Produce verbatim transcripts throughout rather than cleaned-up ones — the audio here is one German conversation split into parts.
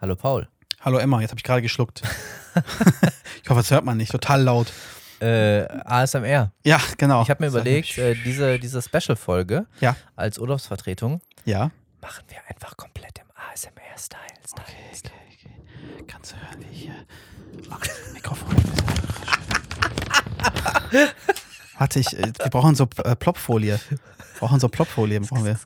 Hallo Paul. Hallo Emma, jetzt habe ich gerade geschluckt. Ich hoffe, das hört man nicht. Total laut. Äh, A S M R. Ja, genau. Ich habe mir überlegt, äh, diese, diese Special-Folge ja. als Urlaubsvertretung ja. machen wir einfach komplett im A S M R-Style. Style, okay, Style. Okay, okay. Kannst du hören, wie ich hier Mikrofon. Warte, ich, wir brauchen so äh, Plopfolie. Wir brauchen so Plopfolie. Brauchen wir.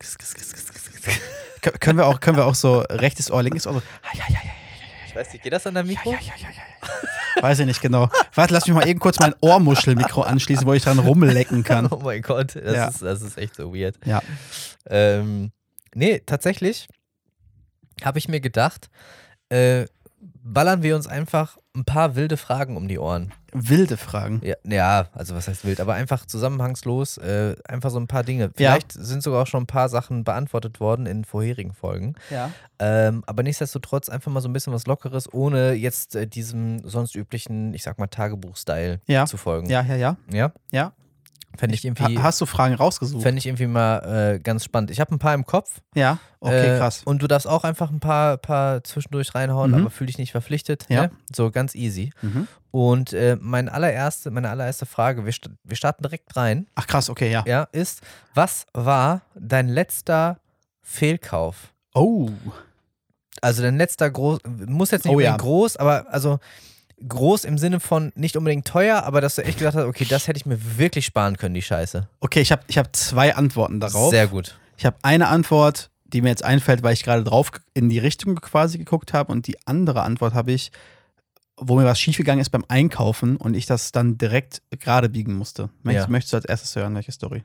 können, wir auch, können wir auch so rechtes Ohr, linkes Ohr so. Ich weiß nicht, geht das an deinem Mikro? Ja, ja, ja, ja, ja. Weiß ich nicht genau. Warte, lass mich mal eben kurz mein Ohrmuschelmikro anschließen, wo ich dran rumlecken kann. Oh mein Gott, das, ja. ist, das ist echt so weird. Ja. Ähm, nee, tatsächlich habe ich mir gedacht, äh, ballern wir uns einfach ein paar wilde Fragen um die Ohren. Wilde Fragen? Ja, ja, also was heißt wild, aber einfach zusammenhangslos, äh, einfach so ein paar Dinge. Vielleicht ja. sind sogar auch schon ein paar Sachen beantwortet worden in vorherigen Folgen. Ja. Ähm, aber nichtsdestotrotz einfach mal so ein bisschen was Lockeres, ohne jetzt äh, diesem sonst üblichen, ich sag mal, Tagebuch-Style ja. zu folgen. Ja, ja, ja. Ja? Ja. Fände ich irgendwie, Hast du Fragen rausgesucht? Fände ich irgendwie mal äh, ganz spannend. Ich habe ein paar im Kopf. Ja, okay, äh, krass. Und du darfst auch einfach ein paar, paar zwischendurch reinhauen, mhm. aber fühl dich nicht verpflichtet. Ja. Ne? So ganz easy. Mhm. Und äh, mein allererste, meine allererste Frage, wir, st- wir starten direkt rein. Ach krass, okay, ja. Ja, ist, was war dein letzter Fehlkauf? Oh. Also dein letzter groß, muss jetzt nicht oh, unbedingt ja. groß, aber also groß im Sinne von nicht unbedingt teuer, aber dass du echt gedacht hast, okay, das hätte ich mir wirklich sparen können, die Scheiße. Okay, ich habe ich hab zwei Antworten darauf. Sehr gut. Ich habe eine Antwort, die mir jetzt einfällt, weil ich gerade drauf in die Richtung quasi geguckt habe, und die andere Antwort habe ich, wo mir was schiefgegangen ist beim Einkaufen und ich das dann direkt gerade biegen musste. Möchtest, Ja. möchtest du als erstes hören, welche Story?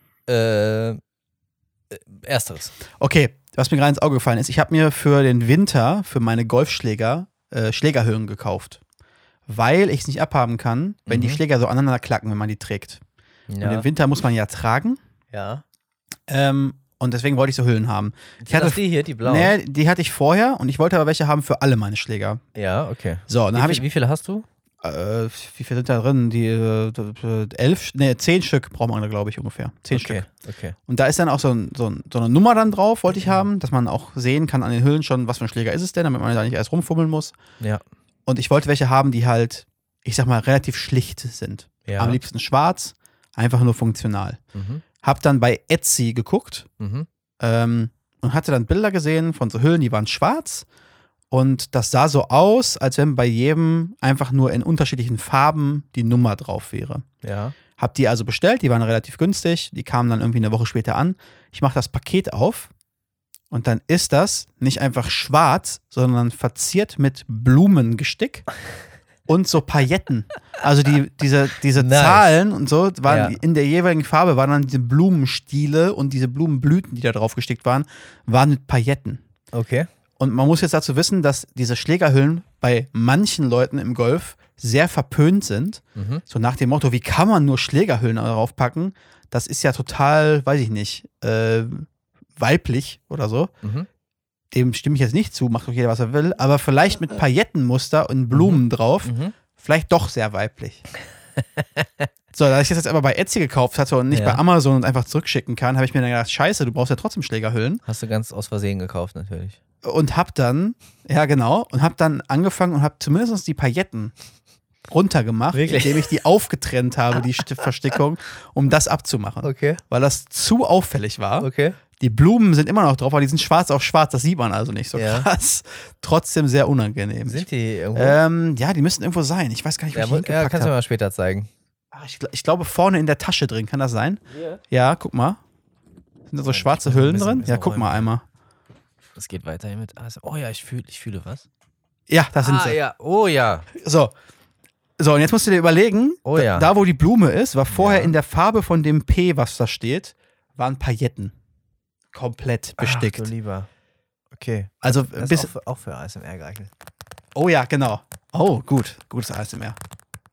Äh, ersteres. Okay, was mir gerade ins Auge gefallen ist, ich habe mir für den Winter, für meine Golfschläger, äh, Schlägerhüllen gekauft. Weil ich es nicht abhaben kann, wenn Mhm. die Schläger so aneinander klacken, wenn man die trägt. Ja. Und im Winter muss man ja tragen. Ja. Ähm, und deswegen wollte ich so Hüllen haben. Ich Sind hatte, das die hier, die blauen? Nee, die hatte ich vorher und ich wollte aber welche haben für alle meine Schläger. Ja, okay. So, dann Wie, habe viel, ich. wie viele hast du? Äh, wie viele sind da drin? Die äh, elf, nee, zehn Stück braucht man da, glaube ich, ungefähr. Zehn okay, Stück. okay. Und da ist dann auch so, ein, so, ein, so eine Nummer dann drauf, wollte ich haben, dass man auch sehen kann an den Hüllen schon, was für ein Schläger ist es denn, damit man da nicht erst rumfummeln muss. Ja. Und ich wollte welche haben, die halt, ich sag mal, relativ schlicht sind. Ja. Am liebsten schwarz, einfach nur funktional. Mhm. Hab dann bei Etsy geguckt Mhm. ähm, und hatte dann Bilder gesehen von so Hüllen, die waren schwarz. Und das sah so aus, als wenn bei jedem einfach nur in unterschiedlichen Farben die Nummer drauf wäre. Ja. Hab die also bestellt, die waren relativ günstig, die kamen dann irgendwie eine Woche später an. Ich mache das Paket auf und dann ist das nicht einfach schwarz, sondern verziert mit Blumengestick und so Pailletten. Also die, diese, diese Nice. Zahlen und so waren Ja. in der jeweiligen Farbe, waren dann diese Blumenstiele und diese Blumenblüten, die da drauf gestickt waren, waren mit Pailletten. Okay. Und man muss jetzt dazu wissen, dass diese Schlägerhüllen bei manchen Leuten im Golf sehr verpönt sind. Mhm. So nach dem Motto, wie kann man nur Schlägerhüllen darauf packen? Das ist ja total, weiß ich nicht, äh, weiblich oder so. Mhm. Dem stimme ich jetzt nicht zu, macht doch jeder, was er will. Aber vielleicht mit Paillettenmuster und Blumen Mhm. drauf, Mhm. vielleicht doch sehr weiblich. So, da ich das jetzt aber bei Etsy gekauft hatte und nicht Ja. bei Amazon und einfach zurückschicken kann, habe ich mir dann gedacht, scheiße, du brauchst ja trotzdem Schlägerhüllen. Hast du ganz aus Versehen gekauft, natürlich. Und hab dann, ja genau, und hab dann angefangen und hab zumindest die Pailletten runtergemacht, Wirklich? indem ich die aufgetrennt habe, die St- Verstickung, um das abzumachen. Okay. Weil das zu auffällig war. Okay. Die Blumen sind immer noch drauf, aber die sind schwarz auf schwarz, das sieht man also nicht so Ja. krass. Trotzdem sehr unangenehm. Sind die irgendwo? Ähm, ja, die müssen irgendwo sein. Ich weiß gar nicht, wo ja, ich mu- die ja, hingepackt kannst du mir habe. mal später zeigen. Ach, Ich, gl- ich glaube vorne in der Tasche drin, kann das sein? Hier. Ja, guck mal. Sind da so Ja, schwarze ich muss ein Hüllen bisschen- drin? bisschen Ja, guck mal räumen. einmal. Es geht weiter hier mit. Also, oh ja, ich fühle ich fühle was. Ja, das sind ah, sie. ja. Oh ja. So. So, und jetzt musst du dir überlegen, Oh da, ja. da wo die Blume ist, war vorher Ja. in der Farbe von dem P, was da steht, waren Pailletten. Komplett bestickt. Ach, du lieber. Okay. Also Das bis. ist auch für, auch für A S M R geeignet. Oh ja, genau. Oh, gut. Gutes A S M R.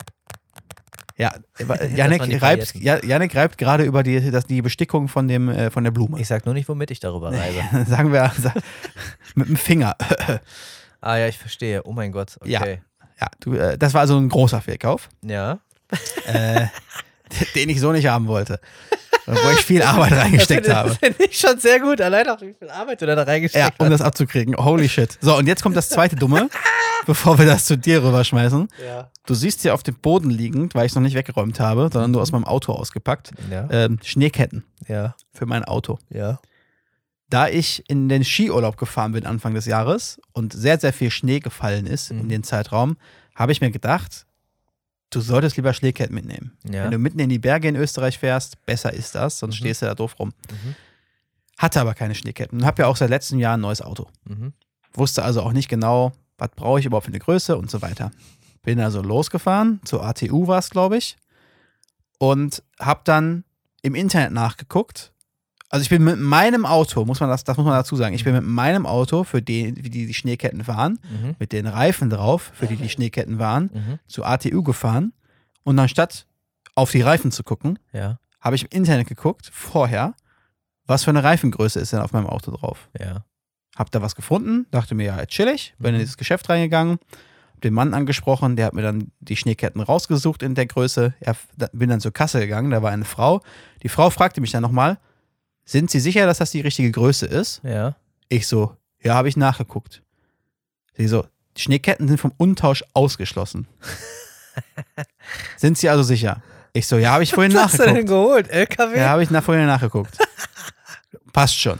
Ja, Jannik waren die reibt, Pailletten. Ja- Jannik reibt gerade über die, das, die Bestickung von, dem, äh, von der Blume. Ich sag nur nicht, womit ich darüber reibe. Sagen wir sa- mit dem Finger. Ah ja, ich verstehe. Oh mein Gott. Ja. Okay. Ja, du, äh, das war also ein großer Fehlkauf, Ja. äh, den ich so nicht haben wollte. wo ich viel Arbeit reingesteckt das habe. Das finde ich schon sehr gut. Allein auch, wie viel Arbeit du da reingesteckt Ja, hast. um das abzukriegen. Holy shit. So, und jetzt kommt das zweite Dumme, bevor wir das zu dir rüberschmeißen. Ja. Du siehst hier auf dem Boden liegend, weil ich es noch nicht weggeräumt habe, sondern nur aus meinem Auto ausgepackt, Ja. ähm, Schneeketten Ja. für mein Auto. Ja. Da ich in den Skiurlaub gefahren bin Anfang des Jahres und sehr, sehr viel Schnee gefallen ist Mhm. in den Zeitraum, habe ich mir gedacht, du solltest lieber Schneeketten mitnehmen. Ja. Wenn du mitten in die Berge in Österreich fährst, besser ist das, sonst Mhm. stehst du da doof rum. Mhm. Hatte aber keine Schneeketten und habe ja auch seit letztem Jahr ein neues Auto. Mhm. Wusste also auch nicht genau, was brauche ich überhaupt für eine Größe und so weiter. Bin also losgefahren, zur A T U war es, glaube ich, und habe dann im Internet nachgeguckt. Also ich bin mit meinem Auto, muss man das, das muss man dazu sagen, ich bin mit meinem Auto, für die, wie die, die Schneeketten waren, Mhm. mit den Reifen drauf, für die die Schneeketten waren, Mhm. zur A T U gefahren und anstatt auf die Reifen zu gucken, Ja. habe ich im Internet geguckt, vorher, was für eine Reifengröße ist denn auf meinem Auto drauf. Ja. Hab da was gefunden, dachte mir, ja, chillig, bin in Mhm. dieses Geschäft reingegangen, hab den Mann angesprochen, der hat mir dann die Schneeketten rausgesucht in der Größe. Ja, da- bin dann zur Kasse gegangen, da war eine Frau. Die Frau fragte mich dann nochmal, sind Sie sicher, dass das die richtige Größe ist? Ja. Ich so, ja, habe ich nachgeguckt. Sie so, die Schneeketten sind vom Untausch ausgeschlossen. Sind Sie also sicher? Ich so, ja, habe ich vorhin Was hast du denn nachgeguckt. geholt? L K W? Ja, habe ich nach vorhin nachgeguckt. Passt schon.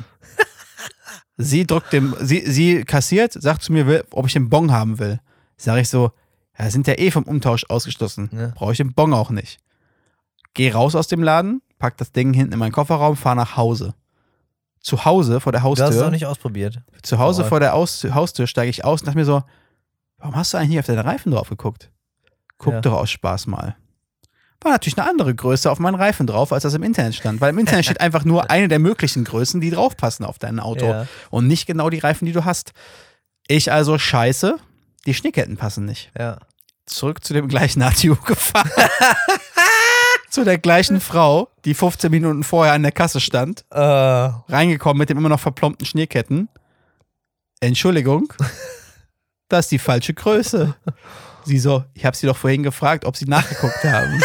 Sie drückt dem, sie, sie kassiert, sagt zu mir, will, ob ich den Bon haben will. Sag ich so, ja, sind ja eh vom Umtausch ausgeschlossen. Ja. Brauche ich den Bon auch nicht. Geh raus aus dem Laden, pack das Ding hinten in meinen Kofferraum, fahr nach Hause. Zu Hause vor der Du hast es Haustür. auch nicht ausprobiert. Zu Hause Vor vor der Aus Haustür steige ich aus und dachte mir so, warum hast du eigentlich nicht auf deine Reifen drauf geguckt? Guck Ja. doch aus Spaß mal. War natürlich eine andere Größe auf meinen Reifen drauf, als das im Internet stand. Weil im Internet steht einfach nur eine der möglichen Größen, die draufpassen auf dein Auto. Ja. Und nicht genau die Reifen, die du hast. Ich also scheiße, die Schneeketten passen nicht. Ja. Zurück zu dem gleichen A T U gefahren. Zu der gleichen Frau, die fünfzehn Minuten vorher an der Kasse stand. Äh, Reingekommen mit dem immer noch verplombten Schneeketten. Entschuldigung, das ist die falsche Größe. Sie so, ich habe sie doch vorhin gefragt, ob sie nachgeguckt haben.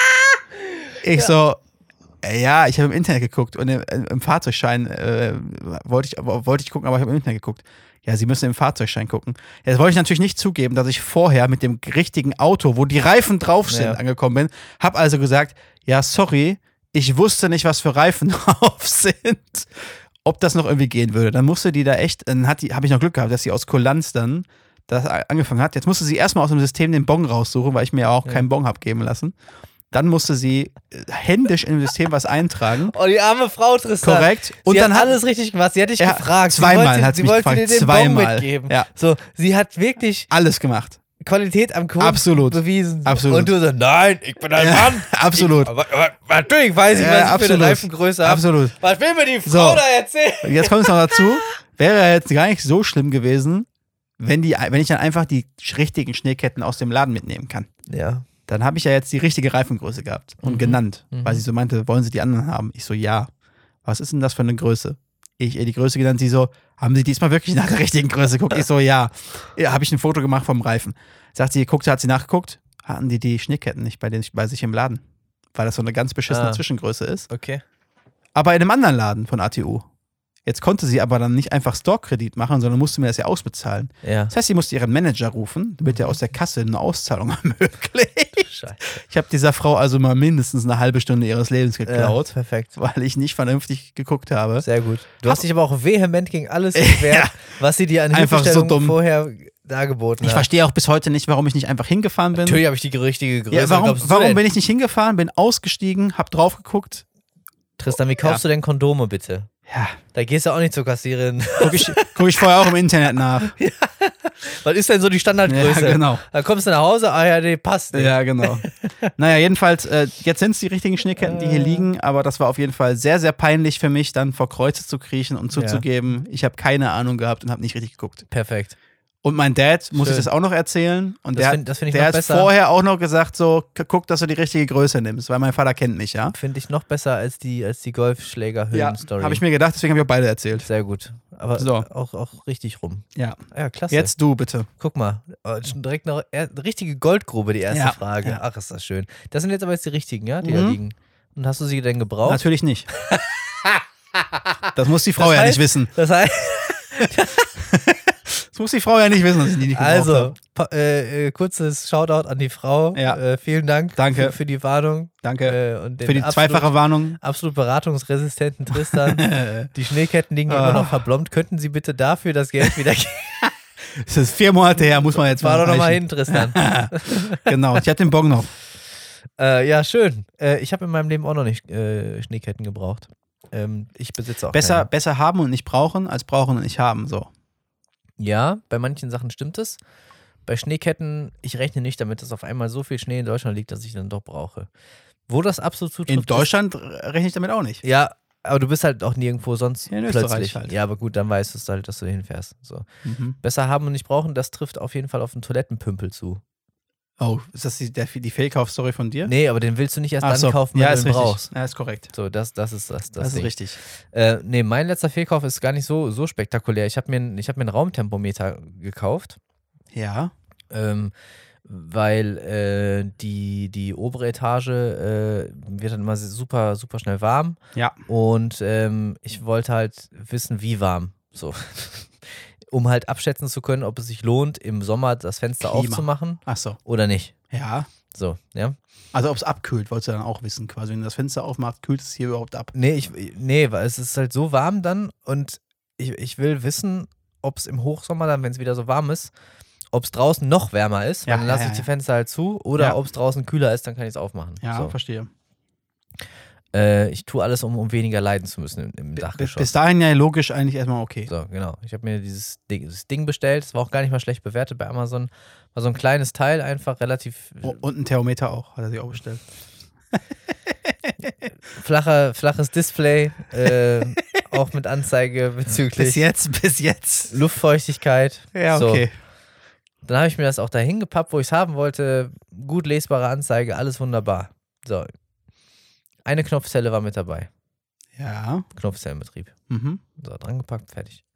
Ich so, äh, ja, ich habe im Internet geguckt und im, im Fahrzeugschein äh, wollte ich, wollte ich gucken, aber ich habe im Internet geguckt. Ja, Sie müssen im Fahrzeugschein gucken. Ja, das wollte ich natürlich nicht zugeben, dass ich vorher mit dem richtigen Auto, wo die Reifen drauf sind, Ja. angekommen bin. Hab also gesagt, ja, sorry, ich wusste nicht, was für Reifen drauf sind. Ob das noch irgendwie gehen würde. Dann musste die da echt, dann hat die, habe ich noch Glück gehabt, dass sie aus Kulanz dann das angefangen hat. Jetzt musste sie erstmal aus dem System den Bon raussuchen, weil ich mir ja auch Ja. keinen Bon habe geben lassen. Dann musste sie äh, händisch in dem System was eintragen. oh, die arme Frau, Tristan. Korrekt. Und Und sie dann hat hat alles richtig gemacht. Sie hat dich Ja, gefragt. Sie zweimal wollte, hat sie sie mich wollte gefragt. dir den Bon Zweimal. mitgeben. Ja. So, sie hat wirklich alles gemacht. Qualität am Kunden Absolut. bewiesen. Absolut. Und du so, nein, ich bin ein Ja, Mann. absolut. Ich, aber, aber natürlich weiß ich, Ja, was ich für absolut. eine Reifengröße habe. Absolut. Was will mir die Frau So. da erzählen? Und jetzt kommt es noch dazu, wäre ja jetzt gar nicht so schlimm gewesen, wenn, die, wenn ich dann einfach die richtigen Schneeketten aus dem Laden mitnehmen kann. Ja. Dann habe ich ja jetzt die richtige Reifengröße gehabt und Mhm. genannt, Mhm. weil sie so meinte, wollen Sie die anderen haben? Ich so, ja. Was ist denn das für eine Größe? Ich ihr die Größe genannt, sie so, haben Sie diesmal wirklich nach der richtigen Größe geguckt? Ich so, ja. Ja, habe ich ein Foto gemacht vom Reifen. Sagt sie, guckte, hat sie nachgeguckt, hatten die die Schneeketten nicht bei, den, bei sich im Laden. Weil das so eine ganz beschissene Ah. Zwischengröße ist. Okay. Aber in einem anderen Laden von A T U. Jetzt konnte sie aber dann nicht einfach Store-Kredit machen, sondern musste mir das ja ausbezahlen. Ja. Das heißt, sie musste ihren Manager rufen, damit er aus der Kasse eine Auszahlung ermöglicht. Scheiße. Ich habe dieser Frau also mal mindestens eine halbe Stunde ihres Lebens Ja, geklaut, perfekt. weil ich nicht vernünftig geguckt habe. Sehr gut. Du hast dich aber auch vehement gegen alles Ja. gewehrt, was sie dir an Einfach so Hilfestellung dumm. vorher dargeboten Ich hat. verstehe auch bis heute nicht, warum ich nicht einfach hingefahren bin. Natürlich habe ich die richtige Größe. Ja, warum glaubst du warum denn? bin ich nicht hingefahren, bin ausgestiegen, hab drauf geguckt. Tristan, wie kaufst du denn Kondome bitte? Ja, Da gehst du auch nicht zur Kassiererin. gucke ich, guck ich vorher auch im Internet nach. Was ist denn so die Standardgröße? Ja, genau. Dann kommst du nach Hause, ah ja, nee, passt nicht. Ja, genau. Naja, jedenfalls, äh, jetzt sind es die richtigen Schneeketten, die hier Äh. liegen, aber das war auf jeden Fall sehr, sehr peinlich für mich, dann vor Kreuze zu kriechen und zuzugeben, ich habe keine Ahnung gehabt und habe nicht richtig geguckt. Perfekt. Und mein Dad, muss Schön. ich das auch noch erzählen, und Das der, find- das find ich der noch hat besser. vorher auch noch gesagt, so, k- guck, dass du die richtige Größe nimmst, weil mein Vater kennt mich, ja. Finde ich noch besser als die, als die Ja, Golfschläger-Hüllen-Story. habe ich mir gedacht, deswegen habe ich auch beide erzählt. Sehr gut. Aber So. auch, auch richtig rum. Ja. Ja, klasse. Jetzt du bitte. Guck mal, äh, schon direkt noch eine richtige Goldgrube, die erste Ja, Frage. ja. Ach, ist das schön. Das sind jetzt aber jetzt die richtigen, ja, die Mhm. da liegen. Und hast du sie denn gebraucht? Natürlich nicht. Das muss die Frau Das ja heißt- nicht wissen. Das heißt, Das muss die Frau ja nicht wissen, dass ich die nicht gebraucht also, habe. pa- äh, äh, kurzes Shoutout an die Frau. Ja. Äh, vielen Dank Danke. Für, für die Warnung. Danke Äh, und den für die absolut, zweifache Warnung. absolut beratungsresistenten Tristan. Die Schneeketten liegen immer Ah. noch verblombt. Könnten Sie bitte dafür das Geld wieder geben? Es ist vier Monate her, muss man jetzt Fahr mal doch nochmal reichen. hin, Tristan. Genau, ich hatte den Bon noch. äh, ja, schön. Äh, ich habe in meinem Leben auch noch nicht äh, Schneeketten gebraucht. Ähm, ich besitze auch Besser, keine. besser haben und nicht brauchen, als brauchen und nicht haben. So. Ja, bei manchen Sachen stimmt es. Bei Schneeketten, ich rechne nicht damit, dass auf einmal so viel Schnee in Deutschland liegt, dass ich dann doch brauche. Wo das absolut zutrifft. In Deutschland rechne ich damit auch nicht. Ist, ja, aber du bist halt auch nirgendwo sonst Ja, in Österreich plötzlich. halt. Ja, aber gut, dann weißt du es halt, dass du hinfährst. So. Mhm. Besser haben und nicht brauchen, das trifft auf jeden Fall auf einen Toilettenpümpel zu. Oh, ist das die, der, die Fehlkaufstory von dir? Nee, aber den willst du nicht erst Ach dann so. kaufen, wenn Ja, du ist ihn richtig. brauchst. Ja, ist korrekt. So, das, das ist das. Das, Das, ist Ding. richtig. Äh, nee, mein letzter Fehlkauf ist gar nicht so, so spektakulär. Ich habe mir, ein- ich hab mir einen Raumthermometer gekauft, Ja. ähm, weil äh, die, die obere Etage äh, wird dann immer super, super schnell warm. Ja. Und ähm, ich wollte halt wissen, wie warm. So. Um halt abschätzen zu können, ob es sich lohnt, im Sommer das Fenster Klima. aufzumachen Ach so. oder nicht. Ja. So, ja. Also, ob es abkühlt, wolltest du dann auch wissen. Quasi, wenn du das Fenster aufmachst, kühlt es hier überhaupt ab. Nee, ich, nee, weil es ist halt so warm dann und ich, ich will wissen, ob es im Hochsommer dann, wenn es wieder so warm ist, ob es draußen noch wärmer ist, Ja, weil dann lasse ja, ich ja. die Fenster halt zu, oder Ja. ob es draußen kühler ist, dann kann ich es aufmachen. Ja, so. verstehe. äh, ich tue alles, um, um weniger leiden zu müssen im, im Bis, Dachgeschoss. bis dahin ja logisch eigentlich erstmal okay. So, genau. Ich habe mir dieses Ding, dieses Ding bestellt, es war auch gar nicht mal schlecht bewertet bei Amazon. War so ein kleines Teil, einfach relativ Oh, und ein Thermometer auch, hat er sich auch bestellt. flacher, flaches Display, äh, auch mit Anzeige bezüglich Bis jetzt, bis jetzt. Luftfeuchtigkeit. Ja, So. okay. Dann habe ich mir das auch dahin gepappt, wo ich es haben wollte. Gut lesbare Anzeige, alles wunderbar. So. Eine Knopfzelle war mit dabei. Ja. Knopfzellenbetrieb. Mhm. So, dran gepackt, fertig.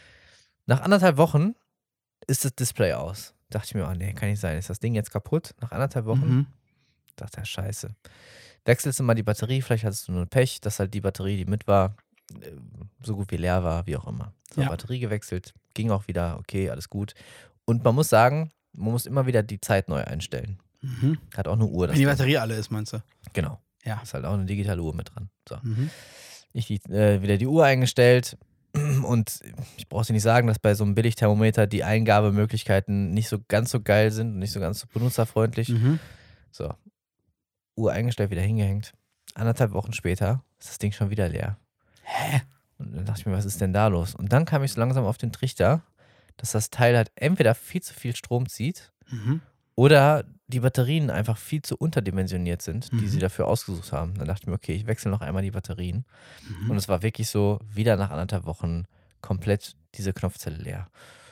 Nach anderthalb Wochen ist das Display aus. Dachte ich mir, oh nee, kann nicht sein. Ist das Ding jetzt kaputt? Nach anderthalb Wochen? Mhm. Dachte ja, scheiße. Wechselst du mal die Batterie, vielleicht hattest du nur Pech, dass halt die Batterie, die mit war, äh, so gut wie leer war, wie auch immer. So, Ja. Batterie gewechselt, ging auch wieder, okay, alles gut. Und man muss sagen, man muss immer wieder die Zeit neu einstellen. Mhm. Hat auch eine Uhr. Das Wenn die Ding. Batterie alle ist, meinst du? Genau. Ja. Ist halt auch eine digitale Uhr mit dran. So. Mhm. Ich die, äh, wieder die Uhr eingestellt und ich brauche dir nicht sagen, dass bei so einem Billigthermometer die Eingabemöglichkeiten nicht so ganz so geil sind und nicht so ganz so benutzerfreundlich. Mhm. So. Uhr eingestellt, wieder hingehängt. Anderthalb Wochen später ist das Ding schon wieder leer. Hä? Und dann dachte ich mir, was ist denn da los? Und dann kam ich so langsam auf den Trichter, dass das Teil halt entweder viel zu viel Strom zieht Mhm. oder die Batterien einfach viel zu unterdimensioniert sind, die Mhm. sie dafür ausgesucht haben. Dann dachte ich mir, okay, ich wechsle noch einmal die Batterien. Mhm. Und es war wirklich so, wieder nach anderthalb Wochen komplett diese Knopfzelle leer.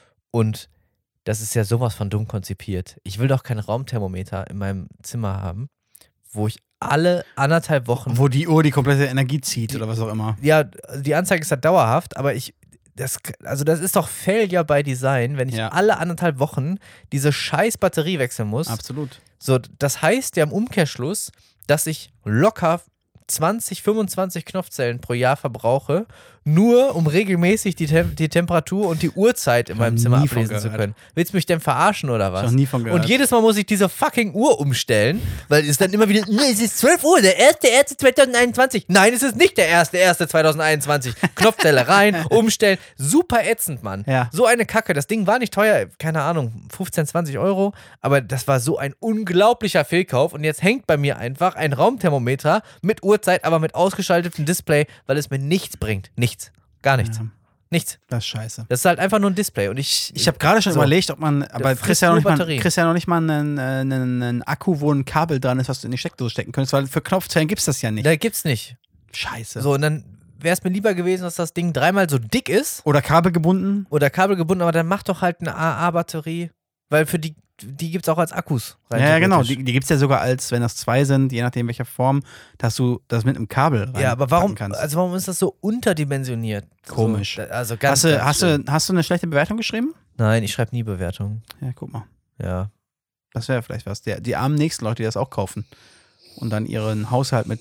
Und das ist ja sowas von dumm konzipiert. Ich will doch kein Raumthermometer in meinem Zimmer haben, wo ich alle anderthalb Wochen. Wo die Uhr die komplette Energie zieht oder was auch immer. Ja, die Anzeige ist halt dauerhaft, aber ich. Das, also das ist doch Failure by Design, wenn ich Ja. alle anderthalb Wochen diese scheiß Batterie wechseln muss. Absolut. So, das heißt ja im Umkehrschluss, dass ich locker zwanzig, fünfundzwanzig Knopfzellen pro Jahr verbrauche, nur um regelmäßig die, Tem die Temperatur und die Uhrzeit in Ich meinem hab Zimmer nie von ablesen zu gehört. können. Willst du mich denn verarschen oder Ich was? noch nie von gehört. Und jedes Mal muss ich diese fucking Uhr umstellen, weil es dann immer wieder, nee, es ist zwölf Uhr, der erste erste zweitausendeinundzwanzig. Nein, es ist nicht der erste erste zweitausendeinundzwanzig. Knopfzelle rein, umstellen. Super ätzend, Mann. Ja. So eine Kacke. Das Ding war nicht teuer, keine Ahnung, fünfzehn, zwanzig Euro, aber das war so ein unglaublicher Fehlkauf und jetzt hängt bei mir einfach ein Raumthermometer mit Uhrzeit, aber mit ausgeschaltetem Display, weil es mir nichts bringt. Nichts. Gar nichts. Ja, Nichts. das ist scheiße. Das ist halt einfach nur ein Display und ich... Ich habe gerade schon So. überlegt, ob man, aber frisst kriegst ja, noch nur nicht mal, Batterien. kriegst ja noch nicht mal einen, äh, einen, einen Akku, wo ein Kabel dran ist, was du in die Steckdose stecken könntest, weil für Knopfzellen gibt es das ja nicht. Da gibt's nicht. Scheiße. So, und dann wäre es mir lieber gewesen, dass das Ding dreimal so dick ist Oder kabelgebunden. oder kabelgebunden, aber dann mach doch halt eine A A-Batterie, weil für die, die gibt's auch als Akkus. rein Ja, ja, genau. theoretisch. Die, die gibt es ja sogar als, wenn das zwei sind, je nachdem welcher Form, dass du das mit einem Kabel rein Ja, aber warum, kannst. also warum ist das so unterdimensioniert? Komisch. So, da- also ganz, hast, du, ganz hast, schlimm. du, hast du eine schlechte Bewertung geschrieben? Nein, ich schreibe nie Bewertungen. Ja, guck mal. Ja. Das wäre vielleicht was. Der, die armen nächsten Leute, die das auch kaufen und dann ihren Haushalt mit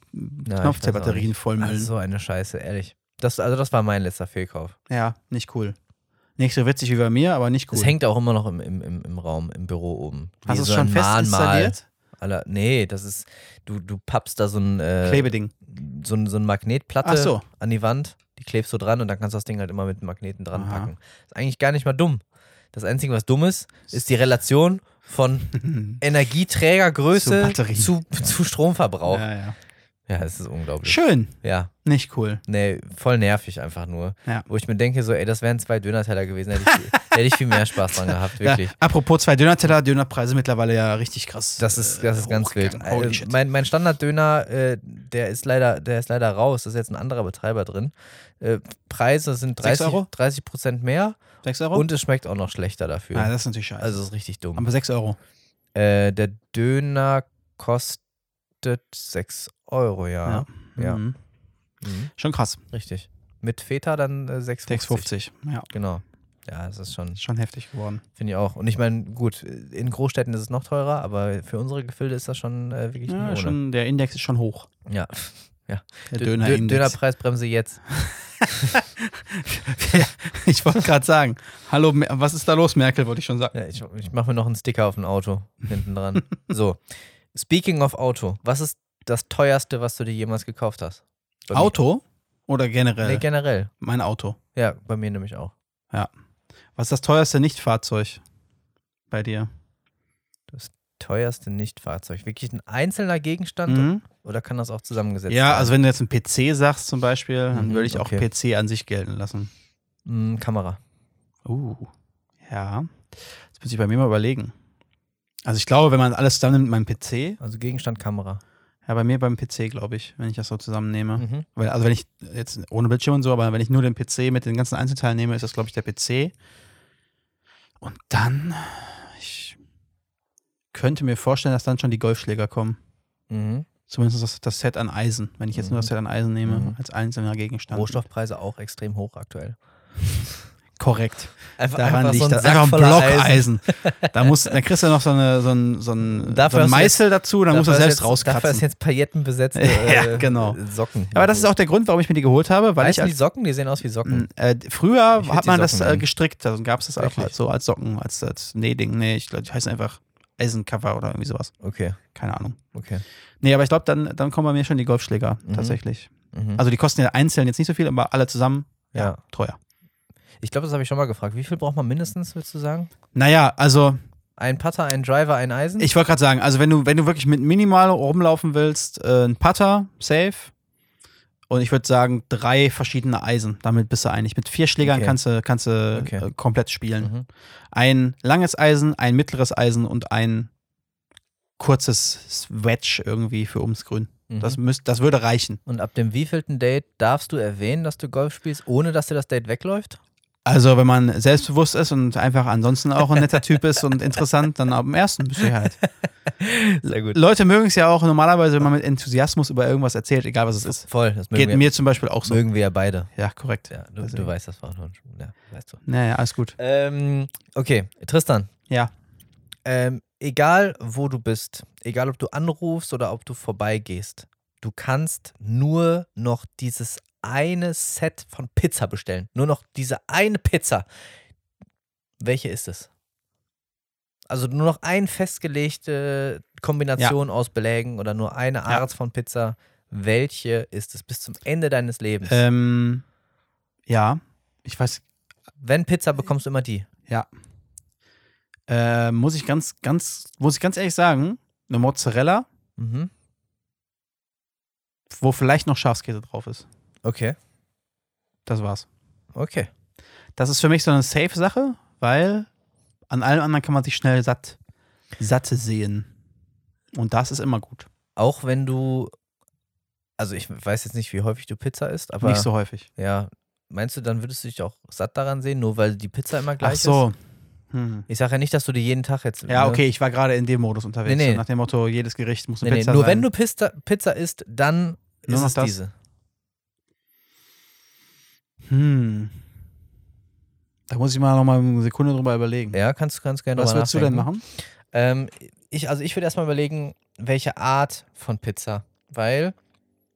Knopfzellbatterien vollmüllen. Also so eine Scheiße, ehrlich. Das, also das war mein letzter Fehlkauf. Ja, nicht cool. Nicht so witzig wie bei mir, aber nicht cool. Das hängt auch immer noch im, im, im, im Raum, im Büro oben. Hast du es so schon ein fest Mahnmal. installiert? Aller, nee, das ist, du, du pappst da so ein, äh, Klebeding. so, ein, so ein Magnetplatte Ach so. an die Wand, die klebst du dran und dann kannst du das Ding halt immer mit dem Magneten dran Aha. packen. Ist eigentlich gar nicht mal dumm. Das Einzige, was dumm ist, ist die Relation von Energieträgergröße Zu Batterie. zu, zu Stromverbrauch. Ja, ja. Ja, es ist unglaublich. Schön. Ja, Nicht cool. nee, voll nervig einfach nur. Ja. Wo ich mir denke, so, ey, das wären zwei Döner-Teller gewesen, hätte ich, hätte ich viel mehr Spaß dran gehabt, wirklich. Ja, apropos zwei Döner-Teller, Dönerpreise mittlerweile ja richtig krass. Das ist, das ist äh, ganz wild. hochgegangen. Holy Äh, shit. mein, mein Standarddöner, äh, der ist leider, der ist leider raus. Da ist jetzt ein anderer Betreiber drin. Äh, Preise sind Sechs dreißig, Euro? dreißig Prozent mehr sechs Euro? und es schmeckt auch noch schlechter dafür. Ah, das ist natürlich scheiße. Also es ist richtig dumm. Aber sechs Euro. Äh, der Döner kostet sechs Euro, ja. Ja. Mhm. Mhm. Schon krass. Richtig. Mit Feta dann äh, sechs sechs fünfzig. Ja, Genau. Ja, das ist schon, ist schon heftig geworden. finde ich auch. Und ich meine, gut, in Großstädten ist es noch teurer, aber für unsere Gefilde ist das schon äh, wirklich Ja, nicht ohne. schon, der Index ist schon hoch. Ja. Der Dö- Dö- Döner-Index. Dönerpreisbremse jetzt. Ich wollte gerade sagen, hallo, Mer- was ist da los, Merkel, wollte ich schon sagen. Ja, ich ich mache mir noch einen Sticker auf ein Auto hinten dran. So. Speaking of Auto, was ist das teuerste, was du dir jemals gekauft hast? Bei mir. Auto oder generell? Nee, generell. Mein Auto. Ja, bei mir nämlich auch. Was ist das teuerste Nicht-Fahrzeug bei dir? Teuerste Nicht-Fahrzeug. Wirklich ein einzelner Gegenstand Mhm. oder kann das auch zusammengesetzt Ja, sein? also wenn du jetzt einen P C sagst zum Beispiel, dann Mhm, würde ich auch okay. P C an sich gelten lassen. Mm, Kamera. Uh, ja. Das muss ich bei mir mal überlegen. Also ich glaube, wenn man alles zusammennimmt mit meinem P C, Also Gegenstand Kamera. ja, bei mir beim P C, glaube ich, wenn ich das so zusammennehme. Mhm. Weil, also wenn ich jetzt ohne Bildschirm und so, aber wenn ich nur den P C mit den ganzen Einzelteilen nehme, ist das, glaube ich, der P C. Und dann, ich könnte mir vorstellen, dass dann schon die Golfschläger kommen. Mhm. Zumindest das, das Set an Eisen, wenn ich jetzt Mhm. nur das Set an Eisen nehme, Mhm. als einzelner Gegenstand. Rohstoffpreise auch extrem hoch aktuell. Korrekt. Einfach, Daran einfach liegt so ein das. Sack Einfach ein voller Block Eisen. Eisen. Da, muss, da kriegst du noch so, eine, so einen so ein, Dafür so einen hast du Meißel dazu, dann musst du Dafür selbst ist jetzt, Dafür ist rauskratzen. jetzt paillettenbesetzte Ja, äh, genau. Socken. Aber das ist auch der Grund, warum ich mir die geholt habe, weil weißt ich du, die als Socken, die sehen aus wie Socken. Äh, früher Ich würd hat die man das Socken äh, nennen. gestrickt, dann gab es das auch Wirklich? als, so als Socken, als, als Nähding. Nee, ich glaube, die heißen einfach Eisencover oder irgendwie sowas. Okay, Keine Ahnung. okay. Nee, aber ich glaube, dann, dann kommen bei mir schon die Golfschläger Mhm. tatsächlich. Mhm. Also die kosten ja einzeln jetzt nicht so viel, aber alle zusammen, ja, Ja. teuer. Ich glaube, das habe ich schon mal gefragt. Wie viel braucht man mindestens, willst du sagen? Naja, also Ein Putter, ein Driver, ein Eisen? ich wollte gerade sagen, also wenn du, wenn du wirklich mit minimal rumlaufen willst, äh, ein Putter, safe. Und ich würde sagen, drei verschiedene Eisen. Damit bist du einig. Mit vier Schlägern Okay. kannst du, kannst du Okay. äh, komplett spielen. Mhm. Ein langes Eisen, ein mittleres Eisen und ein kurzes Wedge irgendwie für ums Grün. Mhm. Das, müsst, das würde reichen. Und ab dem wievielten Date darfst du erwähnen, dass du Golf spielst, ohne dass dir das Date wegläuft? Also wenn man selbstbewusst ist und einfach ansonsten auch ein netter Typ ist und interessant, dann ab dem ersten mit Sicherheit. Sehr gut. Leute mögen es ja auch normalerweise, wenn man mit Enthusiasmus über irgendwas erzählt, egal was es ist. Voll, das mögen, Geht wir, mir zum Beispiel auch so. mögen wir ja beide. Ja, korrekt. Ja, du, Deswegen. du weißt das, war schon. Ja, weißt du. Naja, alles gut. Ähm, okay, Tristan. Ja. Ähm, egal wo du bist, egal ob du anrufst oder ob du vorbeigehst, du kannst nur noch dieses eine Set von Pizza bestellen. Nur noch diese eine Pizza. Welche ist es? Also nur noch eine festgelegte Kombination aus Belägen oder nur eine Art von Pizza. Welche ist es bis zum Ende deines Lebens? Ähm, ja, ich weiß, Wenn Pizza, bekommst du immer die. ja. Äh, muss ich ganz, ganz, muss ich ganz ehrlich sagen, eine Mozzarella, Mhm. wo vielleicht noch Schafskäse drauf ist. Okay. Das war's. Okay. Das ist für mich so eine Safe-Sache, weil an allem anderen kann man sich schnell satt, satte sehen. Und das ist immer gut. Auch wenn du, also ich weiß jetzt nicht, wie häufig du Pizza isst, aber Nicht so häufig. ja, meinst du, dann würdest du dich auch satt daran sehen, nur weil die Pizza immer gleich Ach so. ist? Hm. Ich sage ja nicht, dass du die jeden Tag jetzt. Ja, ne? okay, ich war gerade in dem Modus unterwegs. Nee, nee. So nach dem Motto, jedes Gericht muss eine Nee, nee, Pizza nur sein. wenn du Pizza, Pizza isst, dann Nur ist noch es das? diese. Hm. Da muss ich mal noch mal eine Sekunde drüber überlegen. Ja, kannst du ganz gerne Was drüber würdest du denn nachdenken. machen? Ähm, ich, also ich würde erstmal überlegen, welche Art von Pizza, weil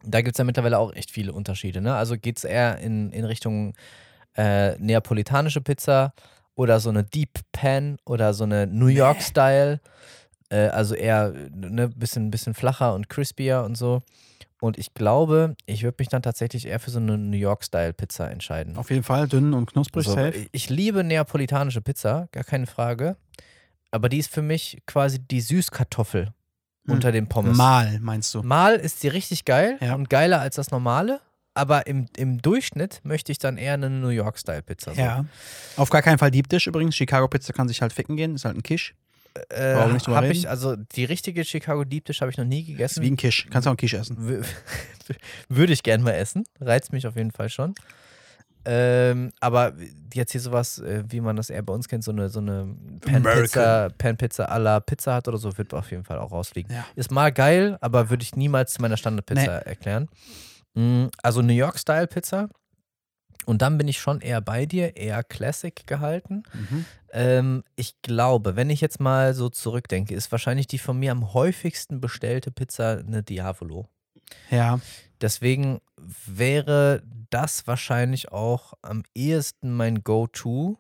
Da gibt es ja mittlerweile auch echt viele Unterschiede. Ne? Also geht es eher in, in Richtung äh, neapolitanische Pizza oder so eine Deep Pan oder so eine New York-Style. Äh, also eher ne, bisschen, bisschen flacher und crispier und so. Und ich glaube, ich würde mich dann tatsächlich eher für so eine New York-Style-Pizza entscheiden. Auf jeden Fall, dünn und knusprig, Also, safe. ich liebe neapolitanische Pizza, gar keine Frage. Aber die ist für mich quasi die Süßkartoffel Hm. unter den Pommes. Mal, meinst du? Mal ist sie richtig geil Ja. und geiler als das normale. Aber im, im Durchschnitt möchte ich dann eher eine New York-Style-Pizza. So. Ja. Auf gar keinen Fall Deep Dish übrigens. Chicago Pizza kann sich halt ficken gehen, ist halt ein Quiche. Äh, Brauchen wir nicht drüber hab reden. ich, also die richtige Chicago Deep Dish habe ich noch nie Ist gegessen. wie ein Quiche. Kannst auch einen Quiche essen. W- Würde ich gern mal essen. Reizt mich auf jeden Fall schon. Ähm, aber jetzt hier sowas, äh, wie man das eher bei uns kennt, so eine, so eine Pan-Pizza Pan-Pizza à la Pizza hat oder so, wird auf jeden Fall auch rausfliegen. Ja. Ist mal geil, aber würde ich niemals zu meiner Standardpizza erklären. Mm, Also New York-Style-Pizza. Und dann bin ich schon eher bei dir, eher Classic gehalten. Mhm. Ähm, ich glaube, wenn ich jetzt mal so zurückdenke, ist wahrscheinlich die von mir am häufigsten bestellte Pizza eine Diavolo. Ja. Deswegen wäre das wahrscheinlich auch am ehesten mein Go-To.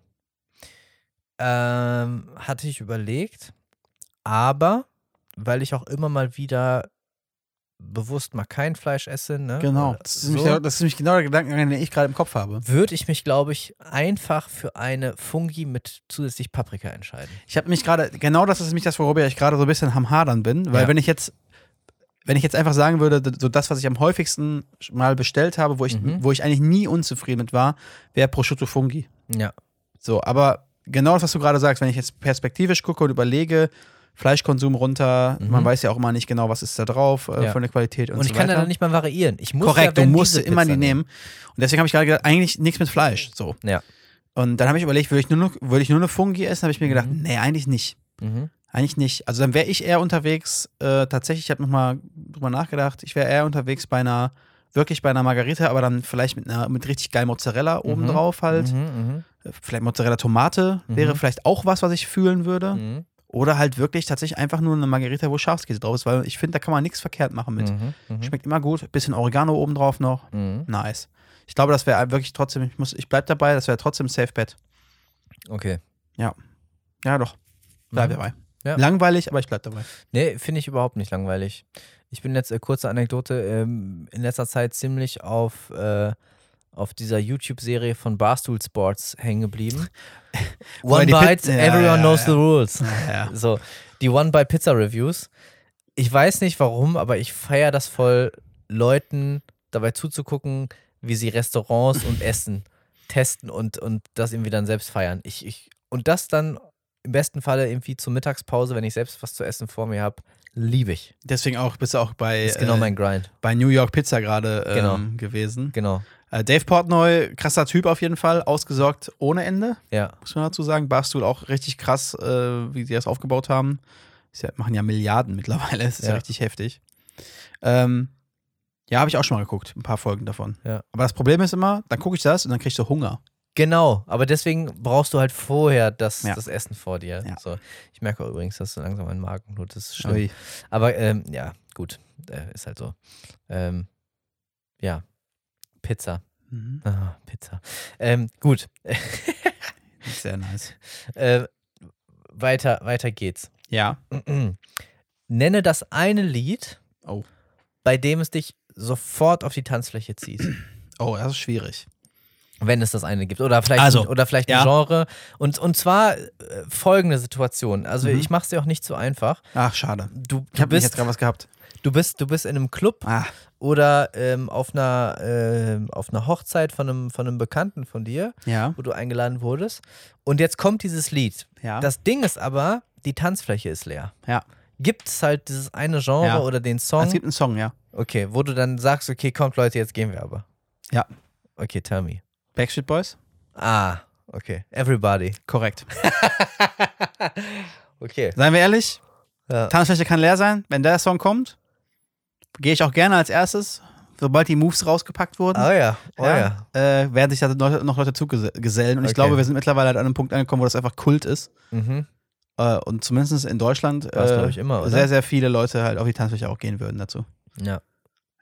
Ähm, hatte ich überlegt. Aber weil ich auch immer mal wieder bewusst mal kein Fleisch esse, ne? Genau. oder Das ist, so, nämlich der, das ist nämlich genau der Gedankengang, den ich gerade im Kopf habe. würde ich mich, glaube ich, einfach für eine Fungi mit zusätzlich Paprika entscheiden. Ich habe mich gerade, genau das ist nämlich das, worüber ich gerade so ein bisschen am Hadern bin, weil Ja. wenn ich jetzt, wenn ich jetzt einfach sagen würde, so das, was ich am häufigsten mal bestellt habe, wo ich, Mhm. wo ich eigentlich nie unzufrieden mit war, wäre Prosciutto Fungi. Ja. So, aber genau das, was du gerade sagst, wenn ich jetzt perspektivisch gucke und überlege, Fleischkonsum runter, Mhm. man weiß ja auch immer nicht genau, was ist da drauf äh, Ja. von der Qualität und, Und ich so kann ja weiter. dann nicht mal variieren. Ich muss Korrekt, ja, du wenn musst diese immer Pizza die nehmen. Und deswegen habe ich gerade gedacht, eigentlich nichts mit Fleisch. So. Ja. Und dann habe ich überlegt, würde ich nur noch, würde ich nur eine Fungi essen? Habe ich mir gedacht, Mhm. nee, eigentlich nicht. Mhm. Eigentlich nicht. Also dann wäre ich eher unterwegs, äh, tatsächlich, ich habe nochmal drüber nachgedacht, ich wäre eher unterwegs bei einer, wirklich bei einer Margarita, aber dann vielleicht mit einer, mit richtig geil Mozzarella obendrauf halt. Mhm. Äh, Vielleicht Mozzarella Tomate Mhm. wäre vielleicht auch was, was ich fühlen würde. Mhm. Oder halt wirklich tatsächlich einfach nur eine Margarita, wo Schafskäse drauf ist, weil ich finde, da kann man nichts verkehrt machen mit. Mhm. Mhm. Schmeckt immer gut. Bisschen Oregano obendrauf noch. Mhm. Nice. Ich glaube, das wäre wirklich trotzdem, ich, muss, ich bleib dabei, das wäre trotzdem Safe Bet. Okay. Ja, doch. Bleib Mhm. dabei. Ja. Langweilig, aber ich bleib dabei. Nee, finde ich überhaupt nicht langweilig. Ich bin jetzt, äh, kurze Anekdote, ähm, in letzter Zeit ziemlich auf, äh, auf dieser YouTube-Serie von Barstool Sports hängen geblieben. Wo er One die Bite, Pizza- ja, everyone ja, knows ja. the rules. Ja. So, die One Bite Pizza Reviews. Ich weiß nicht warum, aber ich feiere das voll, Leuten dabei zuzugucken, wie sie Restaurants und Essen testen und, und das irgendwie dann selbst feiern. Ich, ich, und das dann im besten Falle irgendwie zur Mittagspause, wenn ich selbst was zu essen vor mir habe, liebe ich. Deswegen auch, bist du auch bei, Ist genau äh, mein Grind. bei New York Pizza gerade ähm, Genau. gewesen. Genau. Äh, Dave Portnoy, krasser Typ auf jeden Fall, ausgesorgt ohne Ende, Ja. muss man dazu sagen. Barstool auch richtig krass, äh, wie sie das aufgebaut haben. Sie machen ja Milliarden mittlerweile, das ist ja, Ja. richtig heftig. Ähm, ja, habe ich auch schon mal geguckt, ein paar Folgen davon. Ja. Aber das Problem ist immer, dann gucke ich das und dann kriegst du Hunger. Genau, aber deswegen brauchst du halt vorher das, Ja. das Essen vor dir. Ja. So. Ich merke auch übrigens, dass so langsam ein Magenblut ist. Das ist schlimm. Ui. Aber ähm, ja, gut, äh, ist halt so. Ähm, ja, Pizza. Mhm. Ah, Pizza. Ähm, gut. Sehr nice. äh, weiter, weiter geht's. Ja. Nenne das eine Lied, Oh. bei dem es dich sofort auf die Tanzfläche zieht. Oh, das ist schwierig. Wenn es das eine gibt. Oder vielleicht, Also, ein, oder vielleicht ja. ein Genre. Und, und zwar äh, folgende Situation. Also Mhm. ich mache es dir auch nicht so einfach. Ach, schade. Du, Ich du, habe jetzt bist, gerade was gehabt. du, bist, du bist in einem Club Ah, oder ähm, auf, einer, ähm, auf einer Hochzeit von einem, von einem Bekannten von dir, ja. wo du eingeladen wurdest. Und jetzt kommt dieses Lied. Ja. Das Ding ist aber, die Tanzfläche ist leer. ja. Gibt es halt dieses eine Genre Ja. oder den Song, Es gibt einen Song, ja. okay, wo du dann sagst, okay, kommt Leute, jetzt gehen wir aber. Ja. Okay, tell me. Backstreet Boys? Ah, okay. Everybody. Korrekt. Okay. Seien wir ehrlich, Ja. Tanzfläche kann leer sein. Wenn der Song kommt, gehe ich auch gerne als erstes, sobald die Moves rausgepackt wurden. Oh ja, oh ja. Äh, werden sich da noch, noch Leute zugesellen. Und ich Okay. glaube, wir sind mittlerweile halt an einem Punkt angekommen, wo das einfach Kult ist. Mhm. Äh, und zumindest in Deutschland War's, äh, glaub ich, immer, oder? sehr, sehr viele Leute halt auf die Tanzfläche auch gehen würden dazu. Ja.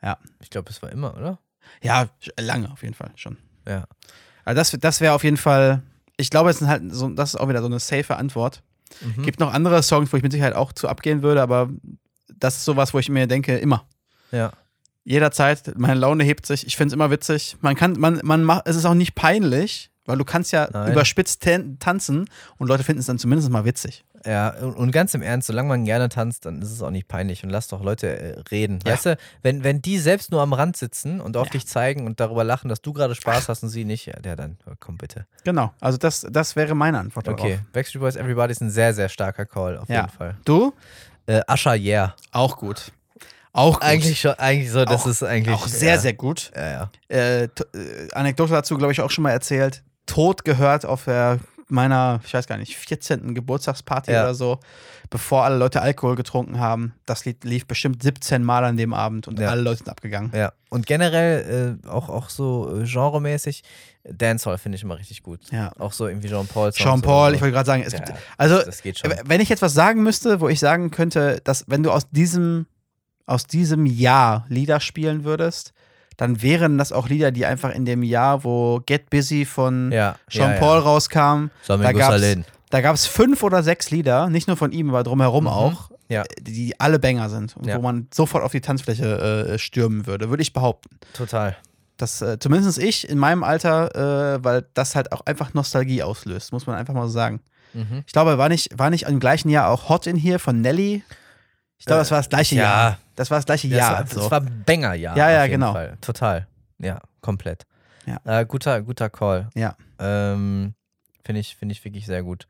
Ja. Ich glaube, es war immer, oder? Ja, lange auf jeden Fall schon. Ja. Also das, das wäre auf jeden Fall, ich glaube, es ist halt so, das ist auch wieder so eine safe Antwort. Mhm. Gibt noch andere Songs, wo ich mit Sicherheit auch zu abgehen würde, aber das ist sowas, wo ich mir denke, immer. Ja. Jederzeit, meine Laune hebt sich, ich finde es immer witzig. Man kann, man, man macht, es ist auch nicht peinlich, weil du kannst ja Nein. überspitzt tan- tanzen und Leute finden es dann zumindest mal witzig. Ja, und, und ganz im Ernst, solange man gerne tanzt, dann ist es auch nicht peinlich und lass doch Leute äh, reden. Ja. Weißt du, wenn, wenn die selbst nur am Rand sitzen und auf Ja. dich zeigen und darüber lachen, dass du gerade Spaß hast und sie nicht, ja, der dann, komm bitte. Genau, also das, das wäre meine Antwort Okay, darauf. Backstreet Boys Everybody ist ein sehr, sehr starker Call, auf Ja. jeden Fall. Du? Äh, Usher, yeah. Auch gut. Auch gut. Eigentlich schon, eigentlich so, das Auch- ist eigentlich. auch sehr, ja. sehr gut. Ja, ja. Äh, t- äh, Anekdote dazu, glaube ich, auch schon mal erzählt. Tod gehört auf der, meiner, ich weiß gar nicht, vierzehnten Geburtstagsparty Ja. oder so, bevor alle Leute Alkohol getrunken haben. Das Lied lief bestimmt siebzehn Mal an dem Abend und Ja. alle Leute sind abgegangen. Ja, und generell äh, auch, auch so äh, genremäßig, Dancehall finde ich immer richtig gut. Ja. Auch so irgendwie Jean-Paul. Jean-Paul, ich wollte gerade sagen, es Ja, gibt, also das geht schon. wenn ich jetzt was sagen müsste, wo ich sagen könnte, dass wenn du aus diesem, aus diesem Jahr Lieder spielen würdest, dann wären das auch Lieder, die einfach in dem Jahr, wo Get Busy von Ja, Jean-Paul ja, ja. rauskam, Sollen wir da in gab's, Gussalin. da gab es fünf oder sechs Lieder, nicht nur von ihm, aber drumherum Mhm. auch, Ja. die, die alle Banger sind und Ja. wo man sofort auf die Tanzfläche äh, stürmen würde, würde ich behaupten. Total. Das, äh, zumindest ich in meinem Alter, äh, weil das halt auch einfach Nostalgie auslöst, muss man einfach mal so sagen. Mhm. Ich glaube, war nicht, war nicht im gleichen Jahr auch Hot in Here von Nelly? Ich glaube, das war das gleiche ja. Jahr. Das war das gleiche Das, Jahr. war, so. das war ein Banger-Jahr. Ja, ja, auf jeden genau. Fall. Total. Ja, komplett. Ja. Äh, guter, guter Call. Ja. Ähm, Finde ich, find ich wirklich sehr gut.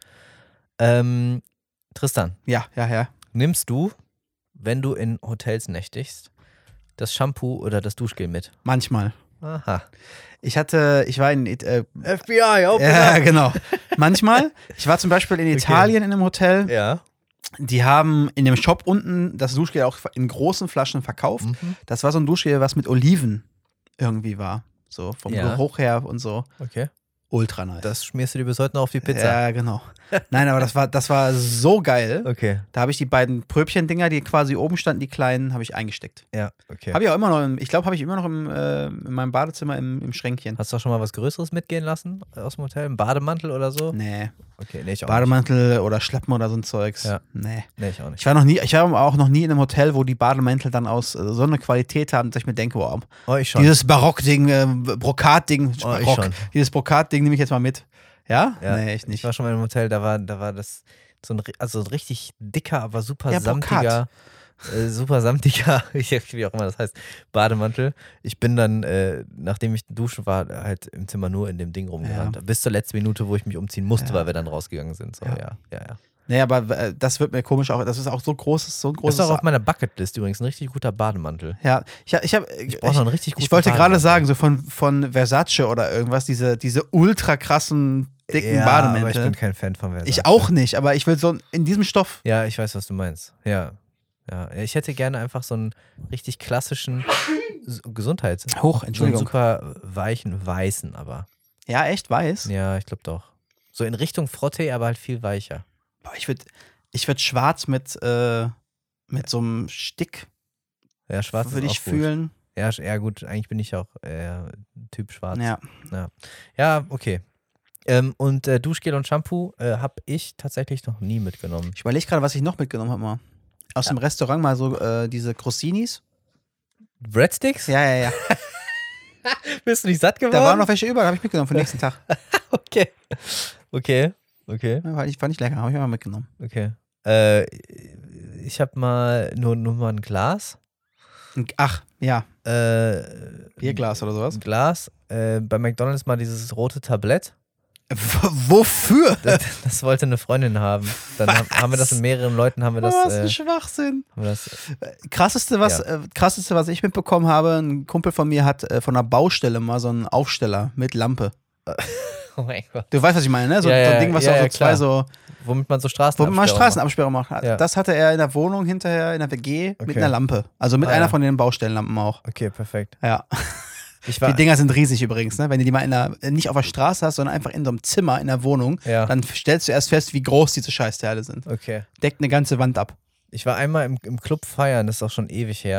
Ähm, Tristan, ja, ja, ja. nimmst du, wenn du in Hotels nächtigst, das Shampoo oder das Duschgel mit? Manchmal. Aha. Ich hatte, ich war in, äh, F B I, open ja, up. genau. Manchmal. Ich war zum Beispiel in Italien in einem Hotel. Ja. Die haben in dem Shop unten das Duschgel auch in großen Flaschen verkauft. Mhm. Das war so ein Duschgel, was mit Oliven irgendwie war. So vom Ja. Geruch her und so. Okay. Ultra nice. Das schmierst du dir bis heute noch auf die Pizza. Ja, genau. Nein, aber das war, das war so geil. Okay. Da habe ich die beiden Pröbchen-Dinger, die quasi oben standen, die kleinen, habe ich eingesteckt. Ja, okay. Habe ich auch immer noch, im, ich glaube, habe ich immer noch im, äh, in meinem Badezimmer im, im Schränkchen. Hast du auch schon mal was Größeres mitgehen lassen aus dem Hotel? Ein Bademantel oder so? Nee. Okay, nee, ich auch Bademantel oder Schlappen oder so ein Zeugs. Ja. Nee. nicht. Nee, ich auch nicht. Ich war noch nie, ich war auch noch nie in einem Hotel, wo die Bademäntel dann aus äh, so einer Qualität haben, dass ich mir denke, wow, Oh, ich schon. dieses Barock-Ding, äh, Brokat-Ding, Oh, ich Barock, schon. dieses Brokat-Ding nehme ich jetzt mal mit. Ja? Ja, Nee, echt Ich nicht. war schon mal in einem Hotel, da war, da war das so ein, ri- also ein richtig dicker, aber super Ja, samtiger, äh, super samtiger, ich- wie auch immer das heißt, Bademantel. Ich bin dann, äh, nachdem ich duschen war, halt im Zimmer nur in dem Ding rumgerannt. Bis zur letzten Minute, wo ich mich umziehen musste, Ja. weil wir dann rausgegangen sind. So, Ja. ja, ja, ja. Nee, aber äh, das wird mir komisch auch, das ist auch so großes, so ein Das großes. ist auch auf meiner Bucketlist übrigens, ein richtig guter Bademantel. ja, ich, ich habe Ich brauche noch einen richtig guten Ich wollte gerade Bademantel. sagen, so von, von Versace oder irgendwas, diese, diese ultra krassen, dicken ja, Bademäntel. aber ich bin kein Fan von Versace. Ich auch nicht, aber ich will so in diesem Stoff. Ja, ich weiß, was du meinst. Ja. Ja, ich hätte gerne einfach so einen richtig klassischen S- Gesundheits. Hoch, So einen Entschuldigung. super weichen, weißen, aber. Ja, echt weiß. Ja, ich glaube doch. So in Richtung Frotte, aber halt viel weicher. Boah, ich würde ich würd schwarz mit, äh, mit so einem Stick, Ja, schwarz würde ist ich auch gut. fühlen. Ja, sch- ja, gut, eigentlich bin ich auch eher Typ schwarz. Ja. Ja, okay. Ähm, und äh, Duschgel und Shampoo äh, habe ich tatsächlich noch nie mitgenommen. Ich überlege gerade, was ich noch mitgenommen habe mal. Aus dem Restaurant mal so äh, diese Crossinis. Breadsticks? Ja, ja, ja. Bist du nicht satt geworden? Da waren noch welche über, habe ich mitgenommen für den nächsten Tag. Okay. Okay. Okay. Ja, war, nicht, war nicht lecker, habe ich mal mitgenommen. Okay. Äh, ich habe mal nur, nur mal ein Glas. Ach, ja. Äh, Bierglas oder sowas. Ein Glas. Äh, bei McDonalds mal dieses rote Tablett. W wofür? Das, das wollte eine Freundin haben. Dann haben, haben wir das mit mehreren Leuten, haben wir das. was Äh, ein Schwachsinn. haben wir das Krasseste was, Ja. äh, krasseste, was ich mitbekommen habe, ein Kumpel von mir hat äh, von einer Baustelle mal so einen Aufsteller mit Lampe. oh mein Gott. Du weißt, was ich meine, ne? So, Ja, so ja, ein Ding, was ja, auch so ja, zwei klar. so, Womit man so Straßen wo man Straßenabsperrung macht. Ja. Das hatte er in der Wohnung hinterher in der W G mit Okay. einer Lampe. Also mit Ah, einer ja. von den Baustellenlampen auch. Okay, perfekt. Ja. Ich war, Die Dinger sind riesig übrigens, ne? Wenn du die mal in der, nicht auf der Straße hast, sondern einfach in so einem Zimmer in der Wohnung, Ja. dann stellst du erst fest, wie groß diese Scheißteile sind. Okay. Deckt eine ganze Wand ab. Ich war einmal im, im Club feiern, das ist auch schon ewig her.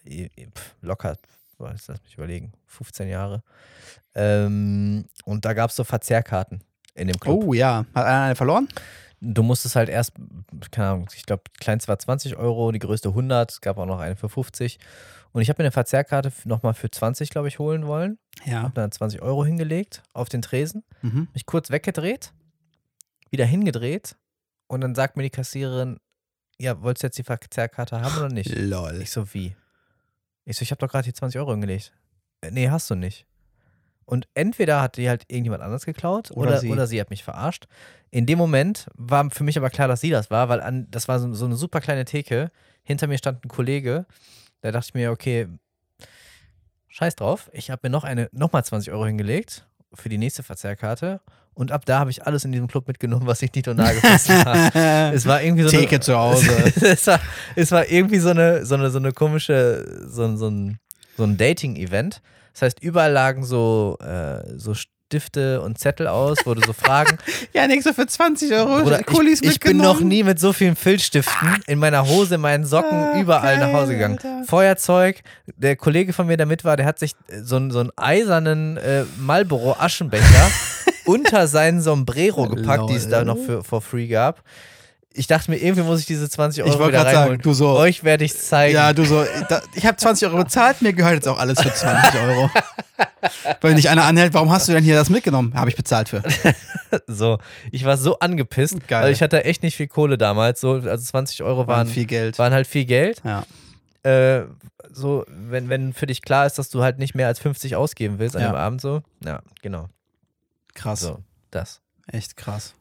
pf, locker, lass mich überlegen, fünfzehn Jahre. Ähm, und da gab es so Verzehrkarten in dem Club. Oh ja, hat einer eine verloren? Du musstest halt erst, keine Ahnung, ich glaube, die kleinste war zwanzig Euro, die größte hundert, es gab auch noch eine für fünfzig. Und ich habe mir eine Verzehrkarte nochmal für zwanzig, glaube ich, holen wollen. Ja. Habe dann zwanzig Euro hingelegt auf den Tresen, Mhm. mich kurz weggedreht, wieder hingedreht und dann sagt mir die Kassiererin, ja, wolltest du jetzt die Verzehrkarte haben oder nicht? Lol. Ich so, wie? Ich so, ich habe doch gerade die zwanzig Euro hingelegt. Äh, nee, hast du nicht. Und entweder hat die halt irgendjemand anders geklaut Oder oder, sie. oder sie hat mich verarscht. In dem Moment war für mich aber klar, dass sie das war, weil an, das war so, so eine super kleine Theke. Hinter mir stand ein Kollege. Da dachte ich mir, okay, scheiß drauf. Ich habe mir noch eine, nochmal zwanzig Euro hingelegt für die nächste Verzehrkarte. Und ab da habe ich alles in diesem Club mitgenommen, was ich nicht und nah gefressen habe. Es war irgendwie so Theke eine, zu Hause. es, war, es war irgendwie so eine, so eine, so eine komische, so, so ein, so ein Dating-Event. Das heißt, überall lagen so, äh, so Stifte und Zettel aus, wo du so Fragen. Ja, nix so für zwanzig Euro. Bruder, Kulis ich, ich bin mitgenommen. noch nie mit so vielen Filzstiften in meiner Hose, in meinen Socken, Ah, überall geil, nach Hause gegangen. Alter. Feuerzeug, der Kollege von mir, der mit war, der hat sich so, einen- so einen eisernen äh, Marlboro-Aschenbecher unter seinen Sombrero gepackt, die es da noch für for free gab. Ich dachte mir, irgendwie muss ich diese zwanzig Euro Ich wollte wieder gerade reinholen. sagen, du so. Euch werde ich zeigen. Ja, du so, da, ich habe zwanzig Euro bezahlt, mir gehört jetzt auch alles für zwanzig Euro. Wenn dich einer anhält, warum hast du denn hier das mitgenommen? Habe ich bezahlt für. So, ich war so angepisst, Geil. weil ich hatte echt nicht viel Kohle damals. So, also zwanzig Euro waren, viel Geld. waren halt viel Geld. Ja. Äh, so, wenn, wenn für dich klar ist, dass du halt nicht mehr als fünfzig ausgeben willst an Ja. dem Abend, so. Ja, genau. Krass. So, das. Echt krass.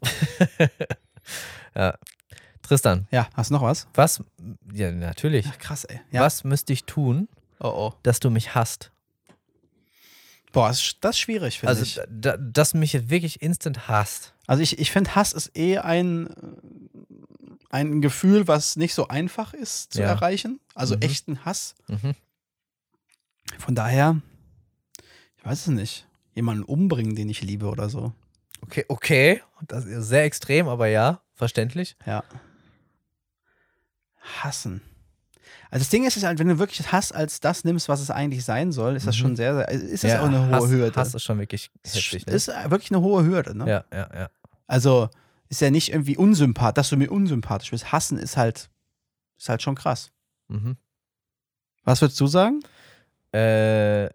Ja. Tristan, Ja, hast du noch was? was, ja, natürlich. Ja, krass, ey. Ja. Was müsste ich tun, Oh, oh. dass du mich hasst? Boah, das ist, das ist schwierig, finde Also, ich. da, da, dass du mich jetzt wirklich instant hasst. Also ich, ich finde, Hass ist eh ein, äh, ein Gefühl, was nicht so einfach ist zu Ja. erreichen. Also Mhm. echten Hass. Mhm. Von daher, ich weiß es nicht. Jemanden umbringen, den ich liebe oder so. Okay, okay. Das ist sehr extrem, aber ja, verständlich. Ja. Hassen. Also das Ding ist, ist halt, wenn du wirklich Hass als das nimmst, was es eigentlich sein soll, ist das Mhm. schon sehr, sehr ist das Ja, auch eine hohe Hass, Hürde. Hass ist schon wirklich ist, heftig. Ne? ist wirklich eine hohe Hürde, ne? Ja, ja, ja. Also ist ja nicht irgendwie unsympathisch, dass du mir unsympathisch bist. Hassen ist halt, ist halt schon krass. Mhm. Was würdest du sagen? Äh,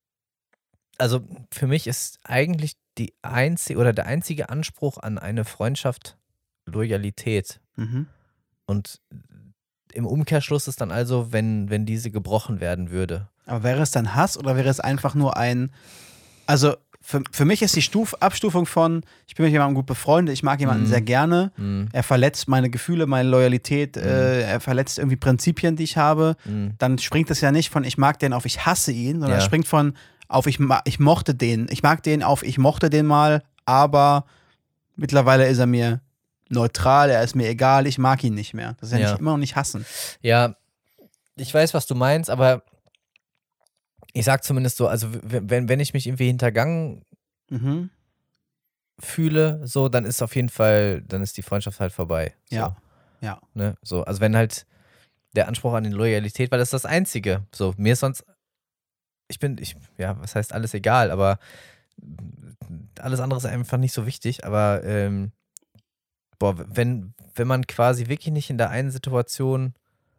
also für mich ist eigentlich die einzige oder der einzige Anspruch an eine Freundschaft Loyalität. Mhm. Und im Umkehrschluss ist dann also, wenn, wenn diese gebrochen werden würde. Aber wäre es dann Hass oder wäre es einfach nur ein, also für, für mich ist die Stuf, Abstufung von, ich bin mit jemandem gut befreundet, ich mag jemanden Mhm. sehr gerne, Mhm. er verletzt meine Gefühle, meine Loyalität, äh, er verletzt irgendwie Prinzipien, die ich habe, Mhm. dann springt es ja nicht von ich mag den auf ich hasse ihn, sondern Ja. es springt von auf ich, ma- ich mochte den, ich mag den auf ich mochte den mal, aber mittlerweile ist er mir neutral, er ist mir egal, ich mag ihn nicht mehr. Das ist ja, Ja. nicht immer noch nicht hassen. Ja, ich weiß, was du meinst, aber ich sag zumindest so, also w- wenn, wenn ich mich irgendwie hintergangen Mhm. fühle, so, dann ist auf jeden Fall, dann ist die Freundschaft halt vorbei. So, Ja. Ja. Ne? So, also wenn halt der Anspruch an die Loyalität, weil das ist das Einzige. So, mir ist sonst, ich bin, ich, ja, was heißt alles egal, aber alles andere ist einfach nicht so wichtig, aber ähm, boah, wenn, wenn man quasi wirklich nicht in der einen Situation,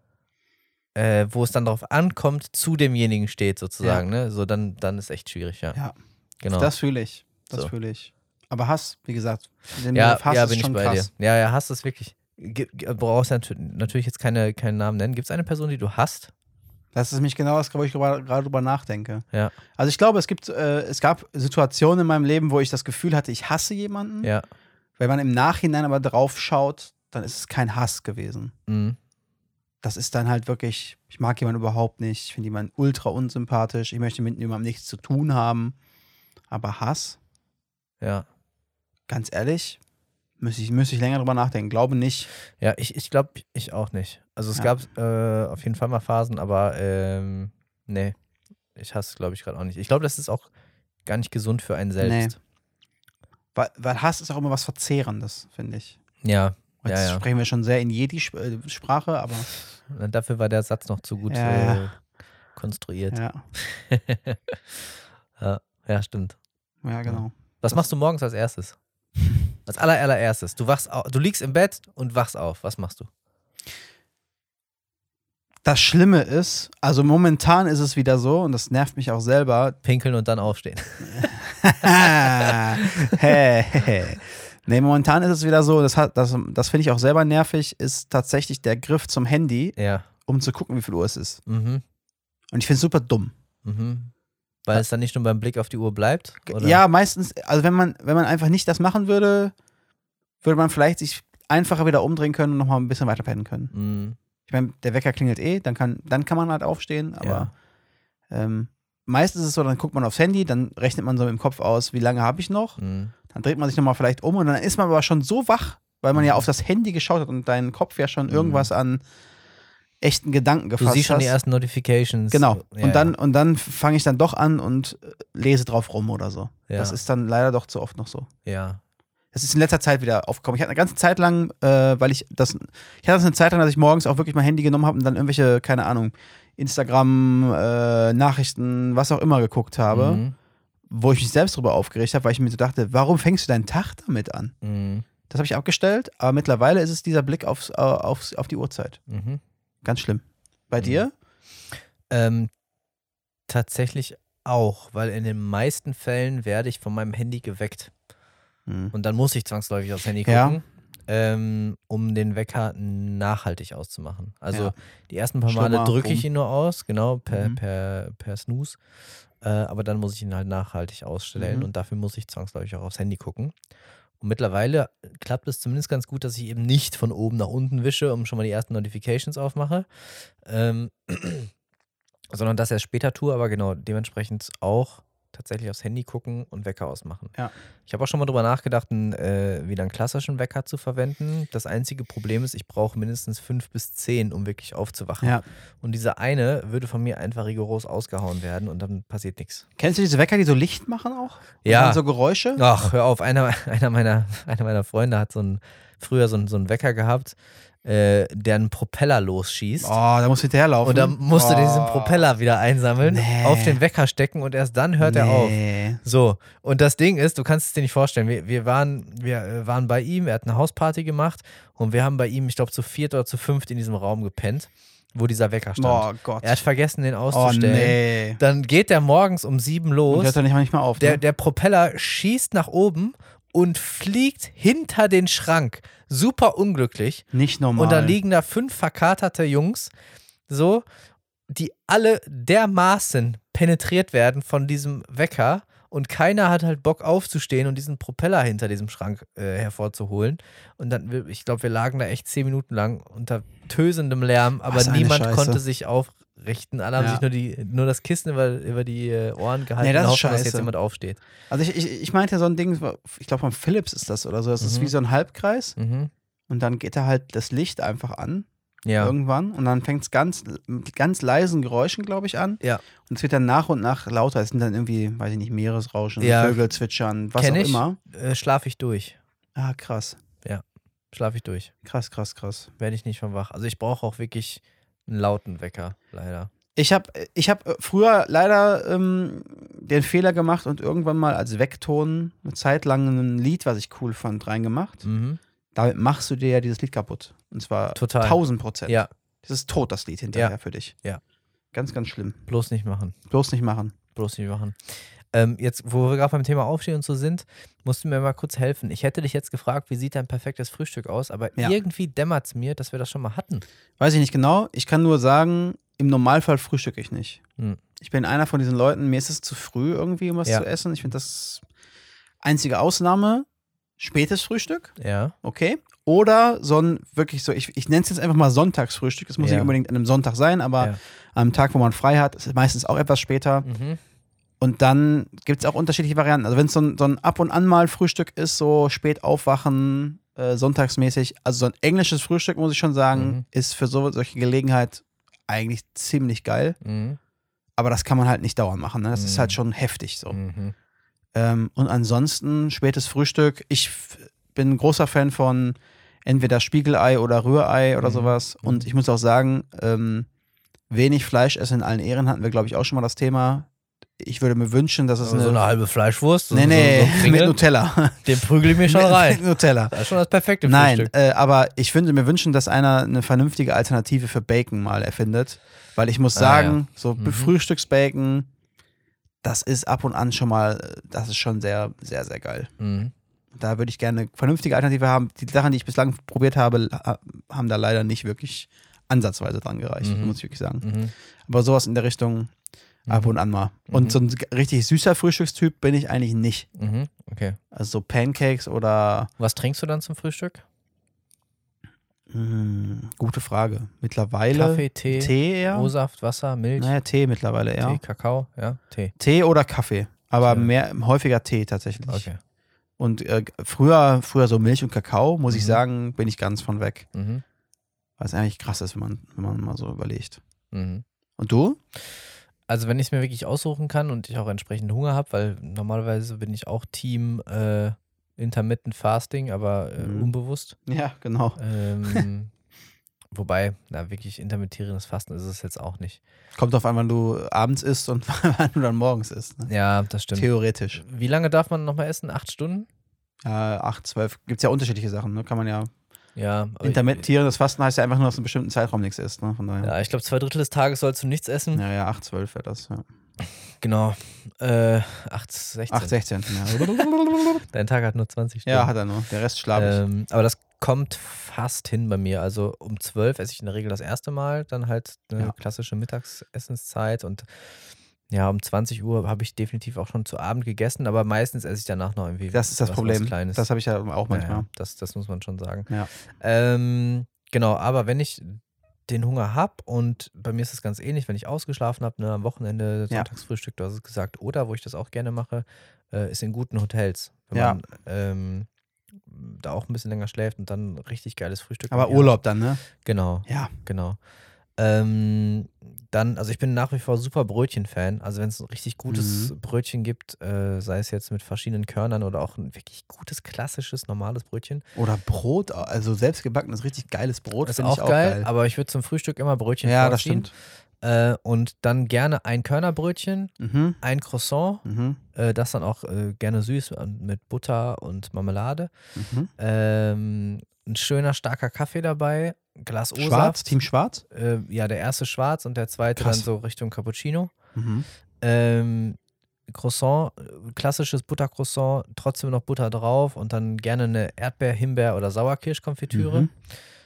äh, wo es dann darauf ankommt, zu demjenigen steht, sozusagen, ne? So, dann, dann ist echt schwierig, ja. Ja. Genau. Das fühle ich. Das So. fühle ich. Aber Hass, wie gesagt, den ja, Begriff Hass ja, ist bin ich schon bei krass. dir. Ja, ja, Hass ist wirklich. Ge- ge- brauchst ja natu- natürlich jetzt keine, keinen Namen nennen. Gibt es eine Person, die du hasst? Das ist nämlich genau das, wo ich drüber- gerade drüber nachdenke. Ja. Also ich glaube, es gibt, äh, es gab Situationen in meinem Leben, wo ich das Gefühl hatte, ich hasse jemanden. Ja. Wenn man im Nachhinein aber drauf schaut, dann ist es kein Hass gewesen. Mhm. Das ist dann halt wirklich, ich mag jemanden überhaupt nicht, ich finde jemanden ultra unsympathisch, ich möchte mit jemandem nichts zu tun haben. Aber Hass, Ja. ganz ehrlich, müsste ich, müsste ich länger drüber nachdenken. Glaube nicht. Ja, ich, ich glaube, ich auch nicht. Also es Ja. gab äh, auf jeden Fall mal Phasen, aber ähm, nee, ich hasse glaube ich gerade auch nicht. Ich glaube, das ist auch gar nicht gesund für einen selbst. Weil, weil Hass ist auch immer was Verzehrendes, finde ich. Ja, Jetzt ja, ja. sprechen wir schon sehr in Jedi-Sprache, aber Dafür war der Satz noch zu gut Ja, äh, konstruiert. Ja, ja, ja, stimmt. ja genau. Was Das- machst du morgens als erstes? Als aller, allererstes. Du wachst au- du liegst im Bett und wachst auf. Was machst du? Das Schlimme ist, also momentan ist es wieder so, und das nervt mich auch selber. Pinkeln und dann aufstehen. hey, hey. Nee, momentan ist es wieder so, das, hat- das, das finde ich auch selber nervig, ist tatsächlich der Griff zum Handy, Ja. um zu gucken, wie viel Uhr es ist. Mhm. Und ich finde es super dumm. Mhm. Weil es dann nicht nur beim Blick auf die Uhr bleibt? Oder? Ja, meistens, also wenn man, wenn man einfach nicht das machen würde, würde man vielleicht sich einfacher wieder umdrehen können und nochmal ein bisschen weiter pennen können. Mhm. Ich meine, der Wecker klingelt eh, dann kann, dann kann man halt aufstehen, aber ähm, meistens ist es so, dann guckt man aufs Handy, dann rechnet man so im Kopf aus, wie lange habe ich noch, Mhm. dann dreht man sich nochmal vielleicht um und dann ist man aber schon so wach, weil man ja auf das Handy geschaut hat und dein Kopf ja schon irgendwas an echten Gedanken Du gefasst siehst schon hast. die ersten Notifications. Genau. Ja, und dann, und dann fange ich dann doch an und äh, lese drauf rum oder so. Ja. Das ist dann leider doch zu oft noch so. Ja. Es ist in letzter Zeit wieder aufgekommen. Ich hatte eine ganze Zeit lang, äh, weil ich das, ich hatte das eine Zeit lang, dass ich morgens auch wirklich mein Handy genommen habe und dann irgendwelche, keine Ahnung, Instagram, äh, Nachrichten, was auch immer geguckt habe, Mhm. wo ich mich selbst darüber aufgeregt habe, weil ich mir so dachte, warum fängst du deinen Tag damit an? Mhm. Das habe ich abgestellt, aber mittlerweile ist es dieser Blick aufs, äh, aufs, auf die Uhrzeit. Mhm. Ganz schlimm. Bei Mhm. dir? Ähm, tatsächlich auch, weil in den meisten Fällen werde ich von meinem Handy geweckt. Hm. Und dann muss ich zwangsläufig aufs Handy Ja. gucken, ähm, um den Wecker nachhaltig auszumachen. Also Ja. die ersten paar Schlummer, Male drücke ich rum. ihn nur aus, genau, per, Mhm. per, per Snooze. Äh, aber dann muss ich ihn halt nachhaltig ausstellen Mhm. und dafür muss ich zwangsläufig auch aufs Handy gucken. Und mittlerweile klappt es zumindest ganz gut, dass ich eben nicht von oben nach unten wische, um schon mal die ersten Notifications aufmache, ähm, sondern das erst später tue, aber genau, dementsprechend auch tatsächlich aufs Handy gucken und Wecker ausmachen. Ja. Ich habe auch schon mal drüber nachgedacht, einen, äh, wieder einen klassischen Wecker zu verwenden. Das einzige Problem ist, ich brauche mindestens fünf bis zehn, um wirklich aufzuwachen. Ja. Und dieser eine würde von mir einfach rigoros ausgehauen werden und dann passiert nichts. Kennst du diese Wecker, die so Licht machen auch? Und Ja. dann so Geräusche? Ach, hör auf, einer, einer, meiner, einer meiner Freunde hat so einen, früher so einen, so einen Wecker gehabt, äh, der einen Propeller losschießt. Oh, da musst du hinterherlaufen. Und dann musst du oh. diesen Propeller wieder einsammeln, Nee. auf den Wecker stecken und erst dann hört er auf. Nee. So, und das Ding ist, du kannst es dir nicht vorstellen, wir, wir, waren, wir äh, waren bei ihm, er hat eine Hausparty gemacht und wir haben bei ihm, ich glaube, zu viert oder zu fünft in diesem Raum gepennt, wo dieser Wecker stand. Oh Gott. Er hat vergessen, den oh auszustellen. nee. Dann geht der morgens um sieben Und los, hört er nicht mal nicht mal auf. der, ne? der Propeller schießt nach oben und fliegt hinter den Schrank. Super unglücklich. Nicht normal. Und da liegen da fünf verkaterte Jungs, so, die alle dermaßen penetriert werden von diesem Wecker und keiner hat halt Bock aufzustehen und diesen Propeller hinter diesem Schrank äh, hervorzuholen. Und dann, ich glaube, wir lagen da echt zehn Minuten lang unter tösendem Lärm, aber Was eine niemand Scheiße. konnte sich aufrichten. Alle haben Ja. sich nur, die, nur das Kissen über, über die äh, Ohren gehalten Nee, das und ist hoffen, dass scheiße. jetzt jemand aufsteht. Also ich, ich, ich meinte so ein Ding, ich glaube von Philips ist das oder so, das ist Mhm. wie so ein Halbkreis Mhm. und dann geht da halt das Licht einfach an, Ja. irgendwann und dann fängt es ganz, mit ganz leisen Geräuschen, glaube ich, an Ja. und es wird dann nach und nach lauter, es sind dann irgendwie, weiß ich nicht, Meeresrauschen, Ja. Vögel zwitschern, was Kenn auch ich. immer. Äh, schlafe ich durch. Ah, krass, Schlafe ich durch. krass, krass, krass. Werde ich nicht von wach. Also ich brauche auch wirklich einen lauten Wecker, leider. Ich habe ich hab früher leider ähm, den Fehler gemacht und irgendwann mal als Weckton eine Zeit lang ein Lied, was ich cool fand, reingemacht. Mhm. Damit machst du dir ja dieses Lied kaputt. Und zwar Total. tausend Prozent. Ja, Das ist tot, das Lied hinterher Ja. für dich. Ja. Ganz, ganz schlimm. bloß nicht machen. Bloß nicht machen. Bloß nicht machen. Ähm, jetzt, wo wir gerade beim Thema Aufstehen und so sind, musst du mir mal kurz helfen. Ich hätte dich jetzt gefragt, wie sieht dein perfektes Frühstück aus, aber Ja. irgendwie dämmert es mir, dass wir das schon mal hatten. Weiß ich nicht genau. Ich kann nur sagen, im Normalfall frühstücke ich nicht. Hm. Ich bin einer von diesen Leuten, mir ist es zu früh irgendwie, um was Ja. zu essen. Ich finde das einzige Ausnahme. Spätes Frühstück, Ja. okay. Oder so ein wirklich so, ich, ich nenne es jetzt einfach mal Sonntagsfrühstück. Es muss Ja. nicht unbedingt an einem Sonntag sein, aber Ja. am Tag, wo man frei hat, ist es meistens auch etwas später. Mhm. Und dann gibt es auch unterschiedliche Varianten. Also wenn es so ein, so ein ab und an mal Frühstück ist, so spät aufwachen, äh, sonntagsmäßig, also so ein englisches Frühstück, muss ich schon sagen, Mhm. ist für so, solche Gelegenheit eigentlich ziemlich geil. Mhm. Aber das kann man halt nicht dauernd machen. Ne? Das ist Mhm. halt schon heftig so. Mhm. Ähm, und ansonsten spätes Frühstück. Ich f- bin ein großer Fan von entweder Spiegelei oder Rührei oder Mhm. sowas. Und Mhm. ich muss auch sagen, ähm, Wenig Fleisch essen in allen Ehren, hatten wir, glaube ich, auch schon mal das Thema. Ich würde mir wünschen, dass es So eine... eine halbe Fleischwurst. nee, so, nee, so ein mit Kringel, Nutella. den prügel ich mir schon mit, rein. mit Nutella. Das ist schon das perfekte Nein, Frühstück. äh, aber ich würde mir wünschen, dass einer eine vernünftige Alternative für Bacon mal erfindet. Weil ich muss Ah, sagen, so Mhm. Frühstücksbacon, das ist ab und an schon mal, das ist schon sehr, sehr, sehr geil. Mhm. Da würde ich gerne eine vernünftige Alternative haben. Die Sachen, die ich bislang probiert habe, ha- haben da leider nicht wirklich ansatzweise dran gereicht, Mhm. muss ich wirklich sagen. Mhm. Aber sowas in der Richtung ab und an mal. Und Mhm. so ein richtig süßer Frühstückstyp bin ich eigentlich nicht. Mhm. Okay. Also so Pancakes oder Was trinkst du dann zum Frühstück? mh, gute Frage. Mittlerweile Kaffee, Tee, Tee eher? O-Saft, Wasser, Milch, Naja, Tee mittlerweile eher. Tee, Tee, Kakao, ja, Tee. oder Kaffee. Aber Tee. mehr häufiger Tee tatsächlich. Okay. Und äh, früher, früher so Milch und Kakao, muss ich Mhm. sagen, bin ich ganz von weg. Mhm. Was eigentlich krass ist, wenn man, wenn man mal so überlegt. Mhm. Und du? Also wenn ich es mir wirklich aussuchen kann und ich auch entsprechend Hunger habe, weil normalerweise bin ich auch Team äh, Intermittent Fasting, aber äh, Mhm. unbewusst. Ja, genau. Ähm, wobei, na wirklich intermittierendes Fasten ist es jetzt auch nicht. Kommt drauf an, wann du abends isst und wann du dann morgens isst. Ne? Ja, das stimmt. Theoretisch. Wie lange darf man nochmal essen? Acht Stunden? Ja, acht, zwölf. Gibt es ja unterschiedliche Sachen. Ne? Kann man ja. Ja. aber- Intermittierendes Fasten heißt ja einfach nur, dass du einen bestimmten Zeitraum nichts isst. Ne? Von daher. Ja, ich glaube, zwei Drittel des Tages sollst du nichts essen. Ja, ja, acht, zwölf wäre das. Ja. Genau. Äh, acht, sechzehn. acht, sechzehn. Ja. Dein Tag hat nur zwanzig Stunden. ja, hat er nur. Der Rest schlafe ich. Ähm, aber das kommt fast hin bei mir. Also um zwölf esse ich in der Regel das erste Mal, dann halt eine Ja. klassische Mittagsessenszeit und ja, um zwanzig Uhr habe ich definitiv auch schon zu Abend gegessen, aber meistens esse ich danach noch irgendwie Das ist das was, Problem. Was Kleines. Das habe ich ja auch manchmal. Ja, ja, das, das muss man schon sagen. Ja. Ähm, genau, aber wenn ich den Hunger habe und bei mir ist es ganz ähnlich, wenn ich ausgeschlafen habe, ne, am Wochenende, Ja. Sonntagsfrühstück, du hast es gesagt, oder wo ich das auch gerne mache, äh, ist in guten Hotels. Wenn Ja. man ähm, da auch ein bisschen länger schläft und dann richtig geiles Frühstück. Aber bei mir Urlaub dann, ne? hat. Genau, Ja. genau. Ähm, dann, also ich bin nach wie vor super Brötchen-Fan. Also wenn es ein richtig gutes Mhm. Brötchen gibt, äh, sei es jetzt mit verschiedenen Körnern oder auch ein wirklich gutes, klassisches, normales Brötchen, Oder Brot, also selbstgebackenes, richtig geiles Brot ist finde auch, ich auch geil, geil. aber ich würde zum Frühstück immer Brötchen Ja, das vorziehen. stimmt. Äh, und dann gerne ein Körnerbrötchen, Mhm. ein Croissant, Mhm. äh, das dann auch äh, gerne süß und mit Butter und Marmelade. Mhm. Ähm, ein schöner, starker Kaffee dabei, Glas O-Saft. Schwarz, Team Schwarz? Äh, ja, der erste schwarz und der zweite Krass. dann so Richtung Cappuccino. Mhm. Ähm, Croissant, äh, klassisches Buttercroissant, trotzdem noch Butter drauf und dann gerne eine Erdbeer-, Himbeer- oder Sauerkirschkonfitüre. Mhm.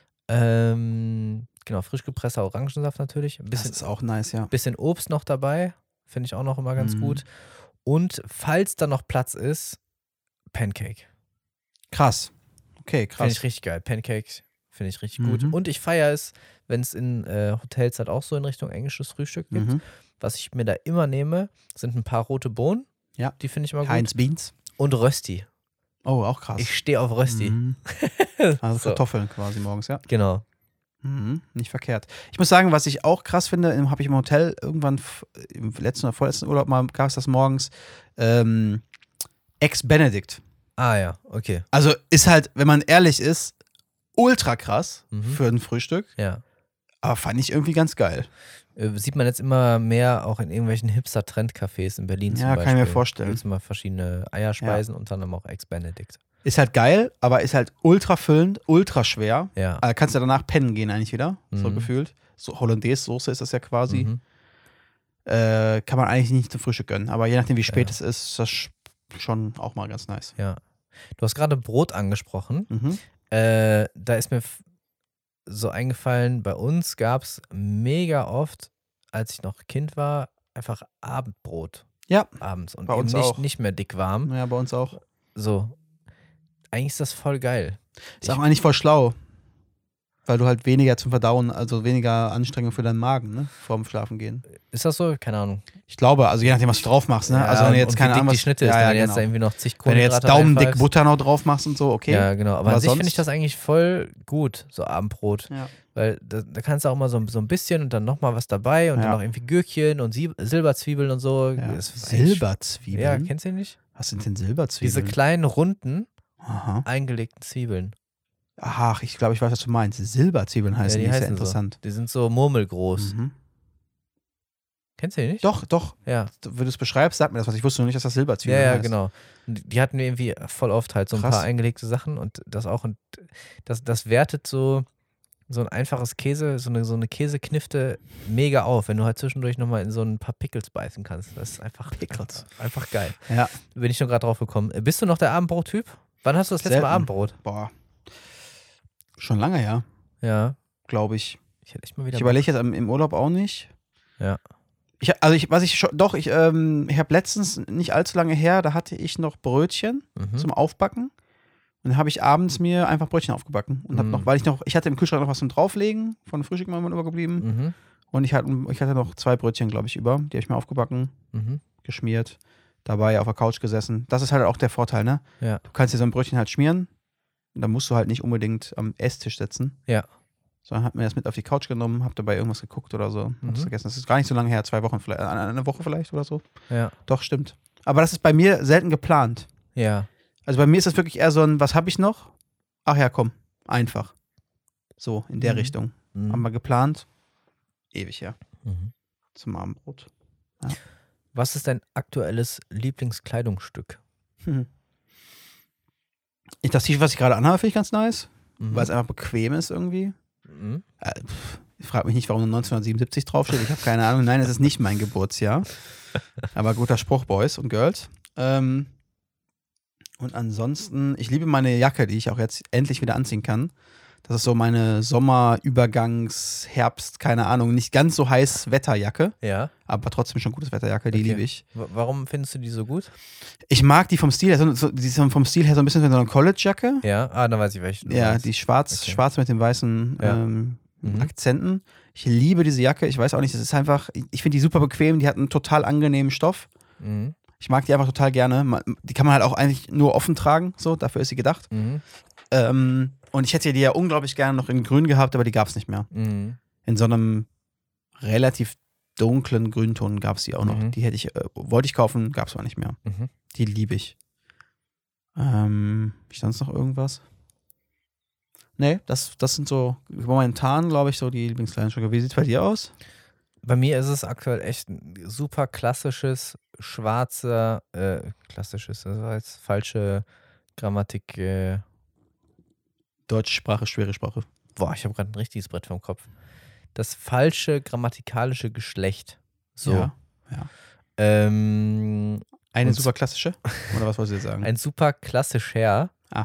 Ähm, genau, frisch gepresster Orangensaft natürlich. Ein Das bisschen, ist auch nice, ja. bisschen Obst noch dabei, finde ich auch noch immer ganz Mhm. gut. Und falls da noch Platz ist, Pancake. Krass. Okay, Finde krass. ich richtig geil. Pancakes finde ich richtig Mhm. gut. Und ich feiere es, wenn es in äh, Hotels halt auch so in Richtung englisches Frühstück gibt. Mhm. Was ich mir da immer nehme, sind ein paar rote Bohnen. Ja. Die finde ich immer gut. Heinz Beans. Und Rösti. Oh, auch krass. Ich stehe auf Rösti. Mhm. Also So. Kartoffeln quasi morgens, ja. Genau. Mhm. Nicht verkehrt. Ich muss sagen, was ich auch krass finde, habe ich im Hotel irgendwann f- im letzten oder vorletzten Urlaub mal gab es das morgens, ähm, Ex-Benedict. Ah ja, okay. Also ist halt, wenn man ehrlich ist, ultra krass Mhm. für ein Frühstück, Ja. aber fand ich irgendwie ganz geil. Äh, Sieht man jetzt immer mehr auch in irgendwelchen Hipster-Trend-Cafés in Berlin zum Ja, Beispiel. kann ich mir vorstellen. Da gibt es immer verschiedene Eierspeisen und dann auch Ex-Benedict. Ist halt geil, aber ist halt ultra füllend, ultra schwer. Ja. Also kannst du danach pennen gehen eigentlich wieder, so Mhm. gefühlt. So Hollandaise-Soße ist das ja quasi. Mhm. Äh, kann man eigentlich nicht zum Frühstück gönnen. Aber je nachdem, wie spät Ja. es ist, ist das sch- schon auch mal ganz nice. Ja. Du hast gerade Brot angesprochen. Mhm. Äh, da ist mir f- so eingefallen, bei uns gab es mega oft, als ich noch Kind war, einfach Abendbrot. Ja. Abends. Und Bei eben uns nicht, auch. nicht mehr dick warm. Ja, bei uns auch. So. Eigentlich ist das voll geil. Ist auch eigentlich voll schlau. Weil du halt weniger zum Verdauen, also weniger Anstrengung für deinen Magen, ne? Vorm Schlafen gehen. Ist das so? Keine Ahnung. Ich glaube, also je nachdem, was du drauf machst, ne? Ja, also wenn du jetzt und keine wie dick Ahnung, die was- Schnitte ja, ist, ja, wenn du jetzt genau. da irgendwie noch zig Wenn du jetzt Kohlenhydrate daumendick reinfallst. Butter noch drauf machst und so, okay. Ja, genau. Aber, Aber an sich finde sonst- ich das eigentlich voll gut, so Abendbrot. Ja. Weil da, da kannst du auch mal so, so ein bisschen und dann nochmal was dabei und Ja. dann noch irgendwie Gürkchen und Sieb Silberzwiebeln und so. Ja. Das ist eigentlich- Silberzwiebeln? Ja, kennst du die nicht? Was sind denn Diese Silberzwiebeln? kleinen, runden, Aha. eingelegten Zwiebeln. Ach, ich glaube, ich weiß, was du meinst. Silberzwiebeln heißen ja, die, die ist ja heißen interessant. so. Die sind so murmelgroß. Mhm. Kennst du die nicht? Doch, doch. Ja. Wenn du es beschreibst, sag mir das was. Ich wusste nur nicht, dass das Silberzwiebeln Ja, ja, heißt. genau. Und die hatten wir irgendwie voll oft halt so ein Krass. paar eingelegte Sachen und das auch. Und das, das wertet so, so ein einfaches Käse, so eine, so eine Käseknifte mega auf, wenn du halt zwischendurch nochmal in so ein paar Pickles beißen kannst. Das ist einfach, Pickles. einfach geil. Ja. Bin ich schon gerade drauf gekommen. Bist du noch der Abendbrot-Typ? Wann hast du das letzte Selten. Mal Abendbrot? Boah. Schon lange her, Ja. glaube ich. Ich hätte echt mal wieder. Ich überlege jetzt im im Urlaub auch nicht. Ja. Ich, also ich, was ich schon, doch, ich, ähm, ich habe letztens, nicht allzu lange her, da hatte ich noch Brötchen Mhm. zum Aufbacken. Und dann habe ich abends mir einfach Brötchen aufgebacken. Und habe Mhm. noch, weil ich noch, ich hatte im Kühlschrank noch was zum Drauflegen, von Frühstück mal übergeblieben. Mhm. Und ich hatte, ich hatte noch zwei Brötchen, glaube ich, über. Die habe ich mir aufgebacken, Mhm. geschmiert, dabei auf der Couch gesessen. Das ist halt auch der Vorteil, ne? Ja. Du kannst dir so ein Brötchen halt schmieren. Und dann musst du halt nicht unbedingt am Esstisch sitzen. Ja. Sondern hab mir das mit auf die Couch genommen, hab dabei irgendwas geguckt oder so. Mhm. Hab's vergessen. Das ist gar nicht so lange her, zwei Wochen vielleicht, eine Woche vielleicht oder so. Ja. Doch, stimmt. Aber das ist bei mir selten geplant. Ja. Also bei mir ist das wirklich eher so ein, was habe ich noch? Ach ja, komm, einfach. So, in der Mhm. Richtung. Mhm. Haben wir geplant. Ewig her. Mhm. Zum Abendbrot. Was ist dein aktuelles Lieblingskleidungsstück? Hm. Ich, das T-Shirt, was ich gerade anhabe, finde ich ganz nice. Mhm. Weil es einfach bequem ist irgendwie. Mhm. Äh, pff, ich frage mich nicht, warum neunzehnhundertsiebenundsiebzig draufsteht. Ich habe keine Ahnung. Nein, es ist nicht mein Geburtsjahr. Aber guter Spruch, Boys und Girls. Ähm, und ansonsten, ich liebe meine Jacke, die ich auch jetzt endlich wieder anziehen kann. Das ist so meine Sommer-Übergangs-, Herbst-, keine Ahnung, nicht ganz so heiß Wetterjacke, Ja. aber trotzdem schon gutes Wetterjacke, die Okay. liebe ich. W- Warum findest du die so gut? Ich mag die vom Stil her, so, so, die ist vom Stil her so ein bisschen wie so eine College-Jacke. Ja. Ah, dann weiß ich welche. du Ja, meinst. die ist schwarz, Okay. schwarz mit den weißen Ja. ähm, Mhm. Akzenten. Ich liebe diese Jacke. Ich weiß auch nicht, das ist einfach, ich finde die super bequem. Die hat einen total angenehmen Stoff. Mhm. Ich mag die einfach total gerne. Ma- Die kann man halt auch eigentlich nur offen tragen. So, dafür ist sie gedacht. Mhm. Ähm, und ich hätte die ja unglaublich gerne noch in grün gehabt, aber die gab es nicht mehr. Mhm. In so einem relativ dunklen Grünton gab es die auch noch. Mhm. Die hätte ich, äh, wollte ich kaufen, gab es aber nicht mehr. Mhm. Die liebe ich. Ähm, hab ich sonst noch irgendwas? Nee, das, das sind so momentan, glaube ich, so die Lieblingskleidungsstücke. Wie sieht es bei dir aus? Bei mir ist es aktuell echt ein super klassisches, schwarzer, äh, klassisches, das war jetzt falsche Grammatik, äh, Deutsche Sprache, schwere Sprache. boah, ich habe gerade ein richtiges Brett vom Kopf. Das falsche grammatikalische Geschlecht. So. Ja, ja. Ähm, Eine Und- super klassische? Oder was wolltest du jetzt sagen? ein super klassischer, Ah.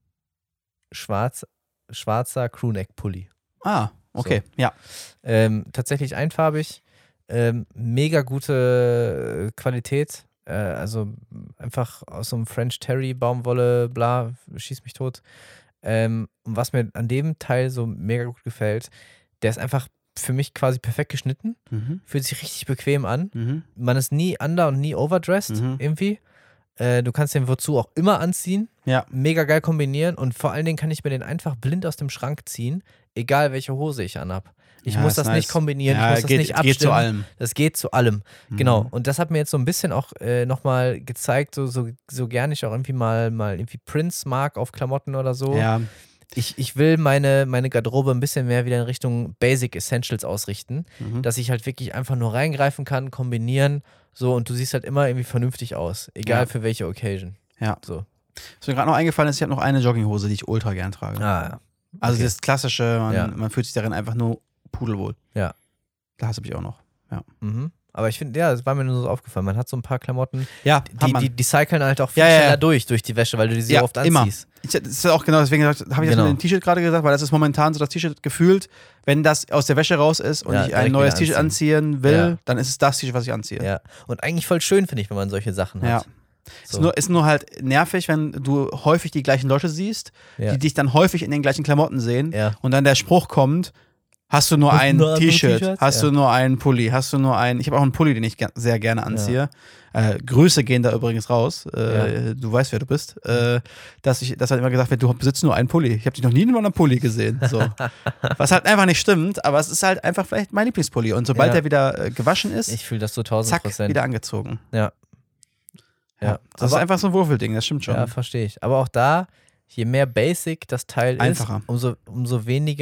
schwarz, schwarzer Crewneck-Pulli. ah, okay, ja. Ähm, tatsächlich einfarbig, ähm, mega gute äh, Qualität. Äh, also einfach aus so einem French Terry, Baumwolle, bla, schieß mich tot. Ähm, und was mir an dem Teil so mega gut gefällt, der ist einfach für mich quasi perfekt geschnitten, Mhm. fühlt sich richtig bequem an. Mhm. Man ist nie under und nie overdressed Mhm. irgendwie. Äh, du kannst den wozu auch immer anziehen. Ja. Mega geil kombinieren und vor allen Dingen kann ich mir den einfach blind aus dem Schrank ziehen, egal welche Hose ich anhab. Ich Ja, muss ist das nice. nicht kombinieren, Ja, ich muss das geht, nicht abstimmen. geht zu allem. Das geht zu allem. Mhm. Genau. Und das hat mir jetzt so ein bisschen auch äh, nochmal gezeigt, so, so, so gern ich auch irgendwie mal, mal irgendwie Prints mag auf Klamotten oder so. Ja, Ich, ich will meine, meine Garderobe ein bisschen mehr wieder in Richtung Basic Essentials ausrichten, mhm. dass ich halt wirklich einfach nur reingreifen kann, kombinieren, so und du siehst halt immer irgendwie vernünftig aus, egal Ja. für welche Occasion. Ja. So. Was mir gerade noch eingefallen ist, ich habe noch eine Jogginghose, die ich ultra gern trage. Ah, ja. Also okay. das klassische, man, Ja. man fühlt sich darin einfach nur pudelwohl. Ja. Das habe ich auch noch. Mhm. Aber ich finde, ja, das war mir nur so aufgefallen. Man hat so ein paar Klamotten, Ja, hat die, man. die, die cyclen halt auch viel Ja, ja, schneller ja. durch, durch die Wäsche, weil du die so Ja, oft immer. anziehst. Ich, das ist auch genau, deswegen habe ich das Genau. mit dem T-Shirt gerade gesagt, weil das ist momentan so das T-Shirt gefühlt, wenn das aus der Wäsche raus ist und Ja, ich ein direkt neues wieder T-Shirt anziehen. anziehen will, Ja. dann ist es das T-Shirt, was ich anziehe. Ja. Und eigentlich voll schön, finde ich, wenn man solche Sachen Ja. hat. Ist, So. nur, ist nur halt nervig, wenn du häufig die gleichen Leute siehst, Ja. die dich dann häufig in den gleichen Klamotten sehen Ja. und dann der Spruch kommt, hast du nur Hast du ein nur andere T-Shirt, T-Shirts? hast Ja. du nur einen Pulli, hast du nur einen, ich habe auch einen Pulli, den ich ge- sehr gerne anziehe. Äh, Grüße gehen da übrigens raus, äh, du weißt, wer du bist, äh, dass ich, dass halt immer gesagt wird, du besitzt nur einen Pulli. Ich habe dich noch nie in einem Pulli gesehen. So. Was halt einfach nicht stimmt, aber es ist halt einfach vielleicht mein Lieblingspulli. Und sobald Ja. er wieder äh, gewaschen ist, Ich fühle das so tausend zack, Prozent. wieder angezogen. Ja. Ja. Das ist Aber- einfach so ein Würfelding, das stimmt schon. Ja, verstehe ich. Aber auch da, je mehr basic das Teil Einfacher. ist, umso, umso weniger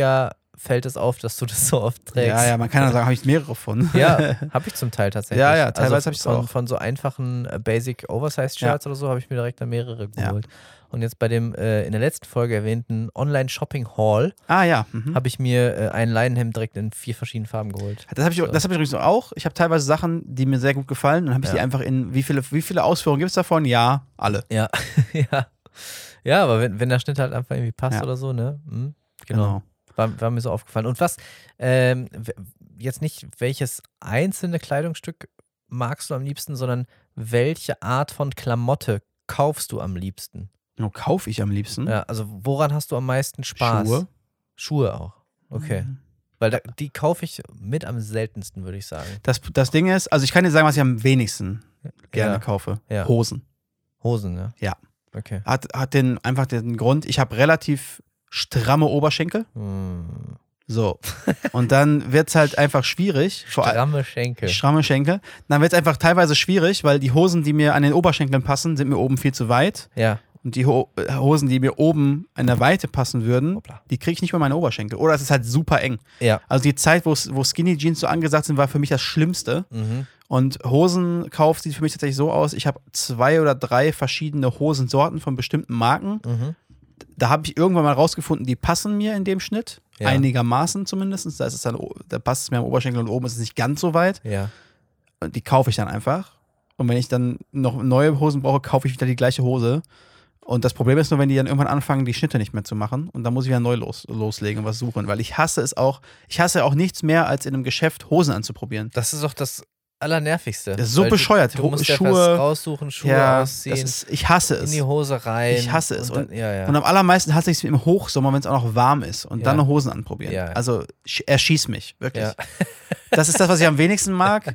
fällt es auf, dass du das so oft trägst. Ja, ja, man kann ja sagen, habe ich mehrere von. Ja, habe ich zum Teil tatsächlich. Ja, ja, teilweise also habe ich es von, auch. Von so einfachen äh, Basic Oversized Shirts oder so habe ich mir direkt dann mehrere geholt. Ja. Und jetzt bei dem äh, in der letzten Folge erwähnten Online-Shopping-Haul ah, ja. Mhm. habe ich mir äh, ein Leinenhemd direkt in vier verschiedenen Farben geholt. Das habe ich, so. hab ich übrigens auch. Ich habe teilweise Sachen, die mir sehr gut gefallen. Dann habe ich ja. die einfach in, wie viele, wie viele Ausführungen gibt es davon? Ja, alle. Ja, ja. Ja, aber wenn, wenn der Schnitt halt einfach irgendwie passt ja. oder so, ne? Mhm. Genau. genau. War, war mir so aufgefallen. Und was, ähm, jetzt nicht welches einzelne Kleidungsstück magst du am liebsten, sondern welche Art von Klamotte kaufst du am liebsten? No, kaufe ich am liebsten? Ja, also woran hast du am meisten Spaß? Schuhe. Schuhe auch, okay. Mhm. Weil da, die kaufe ich mit am seltensten, würde ich sagen. Das, das Ding ist, also ich kann dir sagen, was ich am wenigsten gerne ja. kaufe. Ja. Hosen. Hosen, ja? Ja. Okay. Hat, hat den, einfach den Grund, ich habe relativ stramme Oberschenkel. Hm. So. Und dann wird es halt einfach schwierig. Stramme Schenkel. Stramme Schenkel. Dann wird es einfach teilweise schwierig, weil die Hosen, die mir an den Oberschenkeln passen, sind mir oben viel zu weit. Ja. Und die Ho- Hosen, die mir oben an der Weite passen würden, Hoppla. Die kriege ich nicht mehr meine Oberschenkel. Oder es ist halt super eng. Ja. Also die Zeit, wo Skinny Jeans so angesagt sind, war für mich das Schlimmste. Mhm. Und Hosenkauf sieht für mich tatsächlich so aus, ich habe zwei oder drei verschiedene Hosensorten von bestimmten Marken. Mhm. Da habe ich irgendwann mal rausgefunden, die passen mir in dem Schnitt. Ja. Einigermaßen zumindest. Da, ist es dann, da passt es mir am Oberschenkel und oben ist es nicht ganz so weit. Ja. Und die kaufe ich dann einfach. Und wenn ich dann noch neue Hosen brauche, kaufe ich wieder die gleiche Hose. Und das Problem ist nur, wenn die dann irgendwann anfangen, die Schnitte nicht mehr zu machen. Und dann muss ich wieder neu los, loslegen und was suchen. Weil ich hasse es auch, ich hasse auch nichts mehr, als in einem Geschäft Hosen anzuprobieren. Das ist doch das Allernervigste. Das ist so Weil bescheuert. Du, du musst Schuhe, ja was raussuchen, Schuhe ja, ausziehen, das ist, ich hasse es. in die Hose rein. Ich hasse es. Und, dann, und, ja, ja. und am allermeisten hasse ich es im Hochsommer, wenn es auch noch warm ist. Und Ja. dann noch Hosen anprobieren. Ja. Also sch- erschieß mich, wirklich. Ja. Das ist das, was ich am wenigsten mag.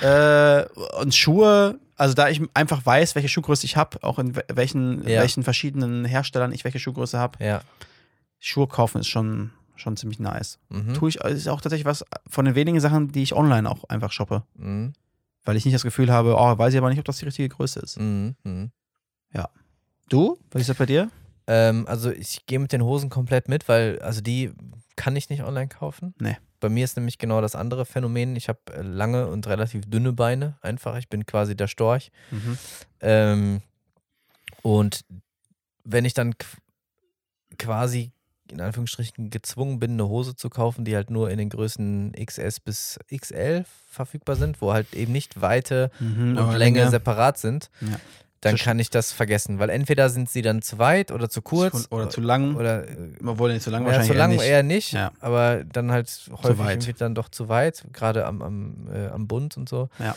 äh, und Schuhe, also da ich einfach weiß, welche Schuhgröße ich habe, auch in welchen, Ja. welchen verschiedenen Herstellern ich welche Schuhgröße habe. Ja. Schuhe kaufen ist schon, schon ziemlich nice. Mhm. Tue ich, ist auch tatsächlich was von den wenigen Sachen, die ich online auch einfach shoppe. Mhm. Weil ich nicht das Gefühl habe, oh, weiß ich aber nicht, ob das die richtige Größe ist. Mhm. Mhm. Du? Was ist das bei dir? Ähm, also ich gehe mit den Hosen komplett mit, weil also die kann ich nicht online kaufen. Nee. Bei mir ist nämlich genau das andere Phänomen. Ich habe lange und relativ dünne Beine einfach. Ich bin quasi der Storch. Mhm. Ähm, und wenn ich dann qu- quasi in Anführungsstrichen gezwungen bin, eine Hose zu kaufen, die halt nur in den Größen X S bis X L verfügbar sind, wo halt eben nicht Weite Mhm, und aber Länge Länge. separat sind, Ja. dann Zu sch- kann ich das vergessen. Weil entweder sind sie dann zu weit oder zu kurz. Oder zu lang. Oder äh, Obwohl nicht zu lang ja, wahrscheinlich zu lang eher nicht. eher nicht, Ja. aber dann halt häufig weit. irgendwie dann doch zu weit, gerade am, am, äh, am Bund und so. Ja.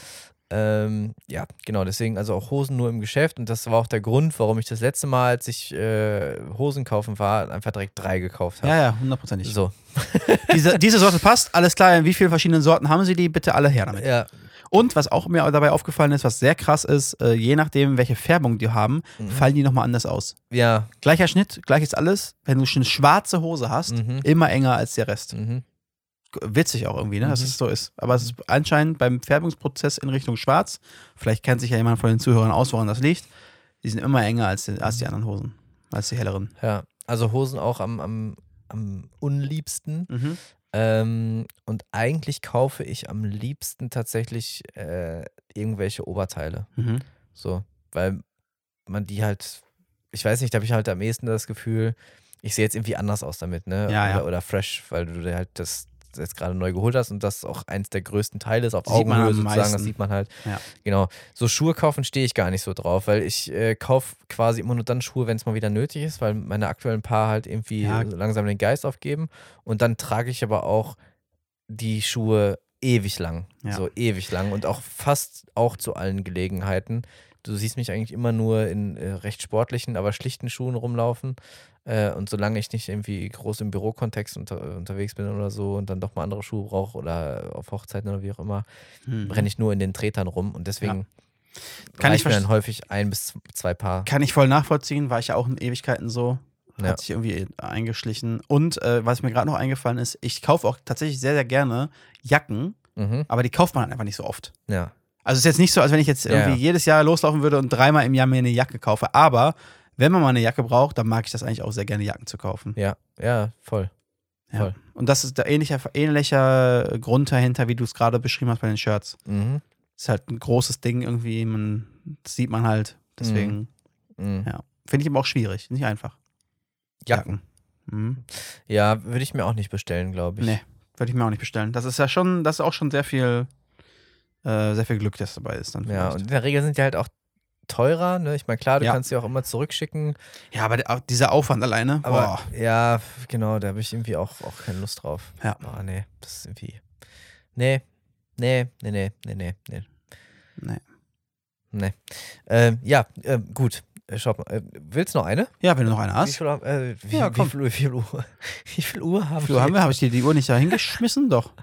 Ähm, ja, genau, deswegen also auch Hosen nur im Geschäft und das war auch der Grund, warum ich das letzte Mal, als ich äh, Hosen kaufen war, einfach direkt drei gekauft habe. Ja, ja, hundertprozentig. So. Diese, diese Sorte passt, alles klar. In wie vielen verschiedenen Sorten haben sie die? Bitte alle her damit. Ja. Und was auch mir dabei aufgefallen ist, was sehr krass ist, äh, je nachdem, welche Färbung die haben, Mhm. fallen die nochmal anders aus. Ja. Gleicher Schnitt, gleiches alles. Wenn du schon eine schwarze Hose hast, Mhm. immer enger als der Rest. Mhm. Witzig auch irgendwie, ne, dass Mhm. es so ist. Aber es ist anscheinend beim Färbungsprozess in Richtung schwarz, vielleicht kennt sich ja jemand von den Zuhörern aus, woran das liegt, die sind immer enger als die, als die anderen Hosen, als die helleren. Ja. Also Hosen auch am, am, am unliebsten. Mhm. Ähm, und eigentlich kaufe ich am liebsten tatsächlich äh, irgendwelche Oberteile. Mhm. So, weil man die halt, ich weiß nicht, da habe ich halt am ehesten das Gefühl, ich sehe jetzt irgendwie anders aus damit, ne? Ja, ja. oder, oder fresh, weil du dir halt das jetzt gerade neu geholt hast und das auch eins der größten Teile ist, auf Sieht man Augenhöhe am sozusagen, das meisten. sieht man halt. Ja. Genau. So Schuhe kaufen stehe ich gar nicht so drauf, weil ich äh, kaufe quasi immer nur dann Schuhe, wenn es mal wieder nötig ist, weil meine aktuellen Paar halt irgendwie Ja. so langsam den Geist aufgeben und dann trage ich aber auch die Schuhe ewig lang, Ja. so ewig lang und auch fast auch zu allen Gelegenheiten. Du siehst mich eigentlich immer nur in äh, recht sportlichen, aber schlichten Schuhen rumlaufen. Äh, und solange ich nicht irgendwie groß im Bürokontext unter, unterwegs bin oder so und dann doch mal andere Schuhe brauche oder auf Hochzeiten oder wie auch immer, Mhm. renne ich nur in den Tretern rum. Und deswegen Kann ich reicht mir dann verst- häufig ein bis zwei Paar. Kann ich voll nachvollziehen, war ich ja auch in Ewigkeiten so. Hat Ja. sich irgendwie eingeschlichen. Und äh, was mir gerade noch eingefallen ist, ich kaufe auch tatsächlich sehr, sehr gerne Jacken, Mhm. aber die kauft man halt einfach nicht so oft. Ja. Also es ist jetzt nicht so, als wenn ich jetzt Ja, irgendwie ja. jedes Jahr loslaufen würde und dreimal im Jahr mir eine Jacke kaufe. Aber wenn man mal eine Jacke braucht, dann mag ich das eigentlich auch sehr gerne, Jacken zu kaufen. Ja, ja, voll. Ja. Voll. Und das ist der ähnliche, ähnlicher Grund dahinter, wie du es gerade beschrieben hast bei den Shirts. Mhm. Ist halt ein großes Ding irgendwie, man, das sieht man halt. Deswegen, Mhm. ja. Finde ich aber auch schwierig, nicht einfach. Jacken. Mhm. Ja, würde ich mir auch nicht bestellen, glaube ich. Nee, würde ich mir auch nicht bestellen. Das ist ja schon, das ist auch schon sehr viel, äh, sehr viel Glück, das dabei ist dann. Ja, vielleicht. und in der Regel sind die halt auch teurer, ne? Ich meine, klar, du Ja. kannst sie auch immer zurückschicken. Ja, aber der, auch dieser Aufwand alleine, Aber boah. ja, genau, da habe ich irgendwie auch, auch keine Lust drauf. Ja. Oh, nee, das ist irgendwie. Nee, nee, nee, nee, nee, nee, nee. Nee. Nee. Ähm, ja, äh, gut. Äh, Schau mal. Äh, willst du noch eine? Ja, wenn du noch eine Wie hast. viel, äh, wie, Ja, wie, komm. viel, Uhr- wie viel Uhr? Wie viel Uhr haben Flo, haben wir, habe ich dir die Uhr nicht da hingeschmissen? Doch.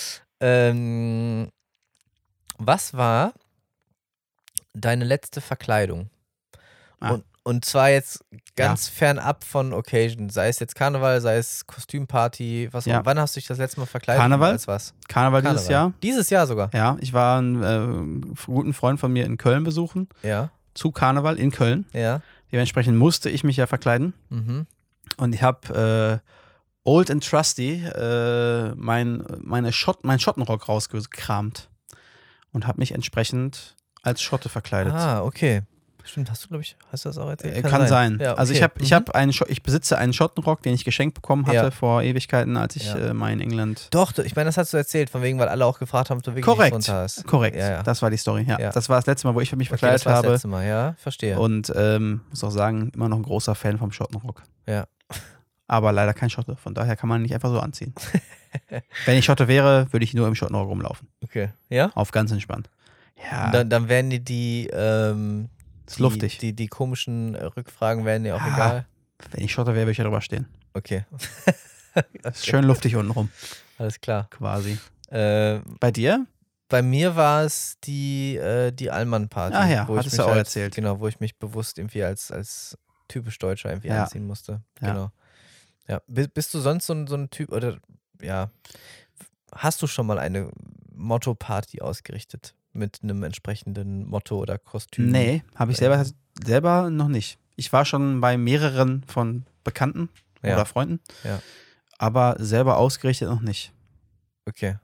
Ähm, was war deine letzte Verkleidung? Ah. Und, und zwar jetzt ganz fernab von Occasion, sei es jetzt Karneval, sei es Kostümparty, was auch Ja. immer. Wann hast du dich das letzte Mal verkleidet? Karneval? Und als was? Karneval dieses Karneval. Jahr. Dieses Jahr sogar. Ja, ich war einen äh, guten Freund von mir in Köln besuchen, Ja, zu Karneval in Köln. ja. Dementsprechend musste ich mich ja verkleiden. Mhm. Und ich habe äh, Old and Trusty äh, mein, meine Schott, meinen Schottenrock rausgekramt und habe mich entsprechend als Schotte verkleidet. Ah, okay. Stimmt, hast du, glaube ich, hast du das auch erzählt? Äh, Kann, sein. Ja, okay. Also ich habe, ich Mhm. habe einen, Scho- ich besitze einen Schottenrock, den ich geschenkt bekommen hatte Ja. vor Ewigkeiten, als ich Ja. äh, mal in England. Doch, du- ich meine, das hast du erzählt, von wegen, weil alle auch gefragt haben, ob du wirklich Korrekt. nichts runter hast. Korrekt. Ja, ja. Das war die Story. Ja. Ja. Das war das letzte Mal, wo ich mich Okay, verkleidet das war das habe. letzte Mal, ja, verstehe. Und ähm, muss auch sagen, immer noch ein großer Fan vom Schottenrock. Ja. Aber leider kein Schotte. Von daher kann man ihn nicht einfach so anziehen. Wenn ich Schotte wäre, würde ich nur im Schottenrock rumlaufen. Okay. Ja? Auf ganz entspannt. Ja, Und dann, dann werden die, die, ähm, ist die, luftig. Die, die komischen äh, Rückfragen werden dir auch Ja. egal. Wenn ich Schotte wäre, würde ich ja drüber stehen. Okay. Ist schön luftig unten rum, Alles klar. quasi. Äh, Bei dir? bei mir war es die, äh, die Allmann-Party. Ah ja, wo ich hattest mich du auch halt, erzählt. Genau, wo ich mich bewusst irgendwie als, als typisch Deutscher irgendwie Ja. anziehen musste. Ja. Genau. Ja. Bist, bist du sonst so ein, so ein Typ, oder ja, hast du schon mal eine Motto-Party ausgerichtet? Mit einem entsprechenden Motto oder Kostüm? Nee, habe ich selber, selber noch nicht. Ich war schon bei mehreren von Bekannten Ja. oder Freunden, Ja. aber selber ausgerichtet noch nicht. Okay.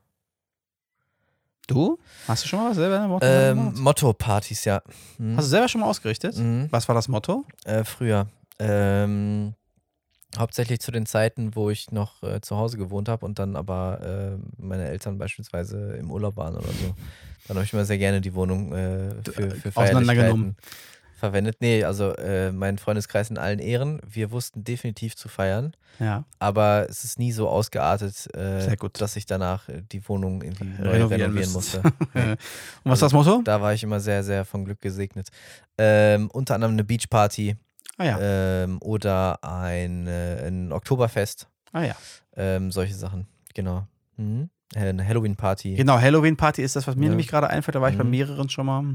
Du? Hast du schon mal was selber in der Motto Ähm, gemacht? Motto-Partys, ja. Mhm. Hast du selber schon mal ausgerichtet? Mhm. Was war das Motto? Äh, früher. Ähm, hauptsächlich zu den Zeiten, wo ich noch äh, zu Hause gewohnt habe und dann aber äh, meine Eltern beispielsweise im Urlaub waren oder so. Dann habe ich immer sehr gerne die Wohnung äh, für, für Auseinandergenommen. Feierlichkeiten verwendet. Nee, also äh, mein Freundeskreis in allen Ehren. Wir wussten definitiv zu feiern, Ja. aber es ist nie so ausgeartet, äh, Sehr gut. dass ich danach äh, die Wohnung irgendwie neu Renovieren renovieren, müsstest. musste. Nee. Und was ist das Motto? Da war ich immer sehr, sehr von Glück gesegnet. Ähm, unter anderem eine Beachparty. Ah ja. Ähm, oder ein, äh, ein Oktoberfest. Ah ja. Ähm, solche Sachen. Genau. Mhm. Äh, Eine Halloween-Party. Genau, Halloween-Party ist das, was mir Ja. nämlich gerade einfällt. Da war ich bei Mhm. mehreren schon mal.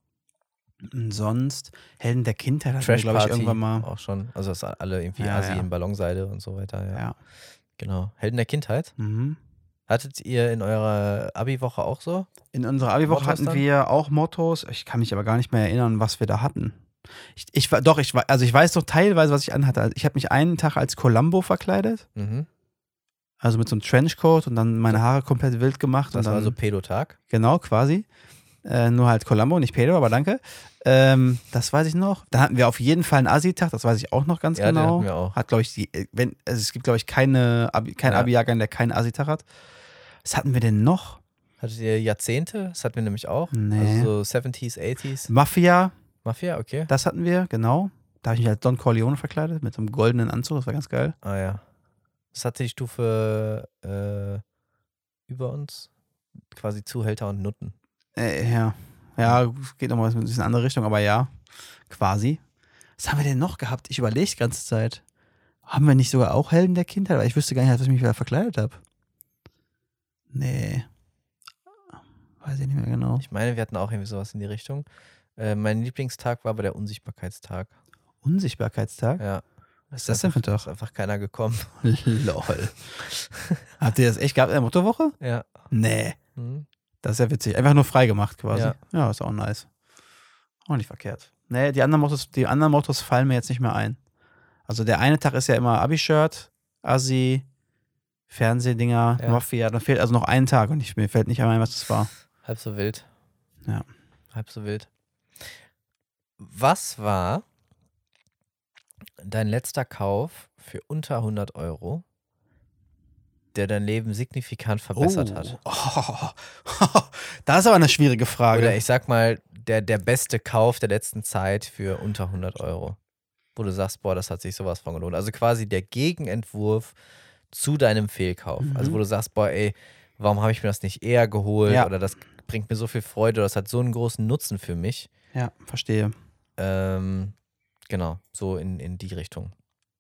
Und sonst, Helden der Kindheit hatten wir, glaube ich, Trash-Party irgendwann mal. auch schon. Also das alle irgendwie Ja, Asi ja. in Ballonseide und so weiter. Ja. Ja. Genau. Helden der Kindheit. Mhm. Hattet ihr in eurer Abi-Woche auch so? In unserer Abi-Woche Mottos hatten dann? wir auch Mottos. Ich kann mich aber gar nicht mehr erinnern, was wir da hatten. Ich, ich war, doch, ich war, also ich weiß doch teilweise, was ich anhatte. Also ich habe mich einen Tag als Columbo verkleidet. Mhm. Also mit so einem Trenchcoat und dann meine Haare komplett wild gemacht. Das und dann, war so Pedotag. Genau, quasi. Äh, nur halt Columbo, nicht Pedro, aber danke. Ähm, das weiß ich noch. Dann hatten wir auf jeden Fall einen Assi-Tag, das weiß ich auch noch ganz Ja, den genau. hatten wir auch. Hat, glaube ich, die, äh, wenn, also es gibt, glaube ich, keine Abi, keinen Ja. Abi-Jahrgang, der keinen Assi-Tag hat. Was hatten wir denn noch? Hattet ihr Jahrzehnte? Das hatten wir nämlich auch. Nee. Also so siebziger, achtziger. Mafia, Mafia, okay. das hatten wir, genau. Da habe ich mich als Don Corleone verkleidet, mit so einem goldenen Anzug, das war ganz geil. Ah ja. Was hatte die Stufe äh, über uns? Quasi Zuhälter und Nutten. Äh, ja. Ja, geht nochmal ein bisschen in eine andere Richtung, aber ja, quasi. Was haben wir denn noch gehabt? Ich überlege die ganze Zeit. Haben wir nicht sogar auch Helden der Kindheit? Weil ich wüsste gar nicht, was ich mich wieder verkleidet habe. Nee. Weiß ich nicht mehr genau. Ich meine, wir hatten auch irgendwie sowas in die Richtung. Äh, mein Lieblingstag war aber der Unsichtbarkeitstag. Unsichtbarkeitstag? Ja. Was ist das denn für ein Ist Tag? einfach keiner gekommen. Lol. Habt ihr das echt gehabt in der Mottowoche? Ja. Nee. Mhm. Das ist ja witzig. Einfach nur frei gemacht quasi. Ja. Ja, ist auch nice. Auch nicht verkehrt. Nee, die anderen Mottos, die anderen Mottos fallen mir jetzt nicht mehr ein. Also der eine Tag ist ja immer Abi-Shirt, Assi, Fernsehdinger, Ja. Mafia, dann fehlt also noch ein Tag und ich, mir fällt nicht einmal ein, was das war. Halb so wild. Ja. Halb so wild. Was war dein letzter Kauf für unter hundert Euro, der dein Leben signifikant verbessert oh. hat? Oh. Das ist aber eine schwierige Frage. Oder ich sag mal, der, der beste Kauf der letzten Zeit für unter hundert Euro. Wo du sagst, boah, das hat sich sowas von gelohnt. Also quasi der Gegenentwurf zu deinem Fehlkauf. Mhm. Also wo du sagst, boah, ey, warum habe ich mir das nicht eher geholt? Ja. Oder das bringt mir so viel Freude, oder das hat so einen großen Nutzen für mich. Ja, verstehe. Ähm, genau, so in, in die Richtung.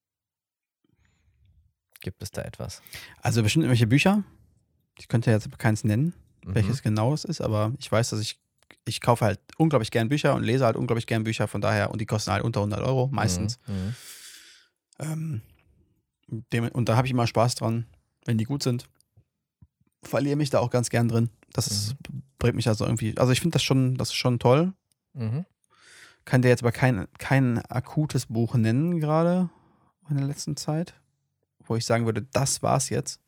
Gibt es da etwas? Also bestimmt irgendwelche Bücher. Ich könnte jetzt keins nennen, Mhm. welches genau es ist, aber ich weiß, dass ich, ich kaufe halt unglaublich gern Bücher und lese halt unglaublich gern Bücher, von daher, und die kosten halt unter hundert Euro, meistens. Mhm. Mhm. Ähm, dem, und da habe ich immer Spaß dran, wenn die gut sind. Verliere mich da auch ganz gern drin. Das ist, bringt mich also irgendwie, also ich finde das schon, das ist schon toll. Mhm. Kann dir jetzt aber kein, kein akutes Buch nennen gerade in der letzten Zeit, wo ich sagen würde, das war's jetzt.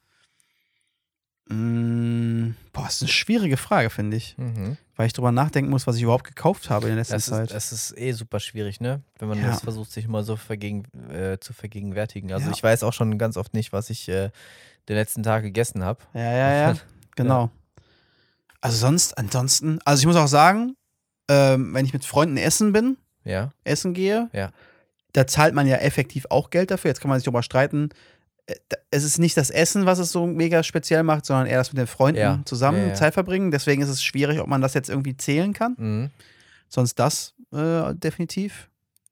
Mm, boah, das ist eine schwierige Frage, finde ich. Mhm. Weil ich drüber nachdenken muss, was ich überhaupt gekauft habe in der letzten Das, Zeit. ist, das ist eh super schwierig, ne? Wenn man Ja. das versucht, sich mal so vergegen, äh, zu vergegenwärtigen. Also Ja. ich weiß auch schon ganz oft nicht, was ich äh, den letzten Tag gegessen habe. Ja, ja, ja, genau. Also sonst, ansonsten, also ich muss auch sagen, ähm, wenn ich mit Freunden essen bin, Ja. essen gehe, Ja. da zahlt man ja effektiv auch Geld dafür. Jetzt kann man sich darüber streiten. Äh, da- Es ist nicht das Essen, was es so mega speziell macht, sondern eher das mit den Freunden Ja. zusammen Ja, ja. Zeit verbringen. Deswegen ist es schwierig, ob man das jetzt irgendwie zählen kann. Mhm. Sonst das äh, definitiv.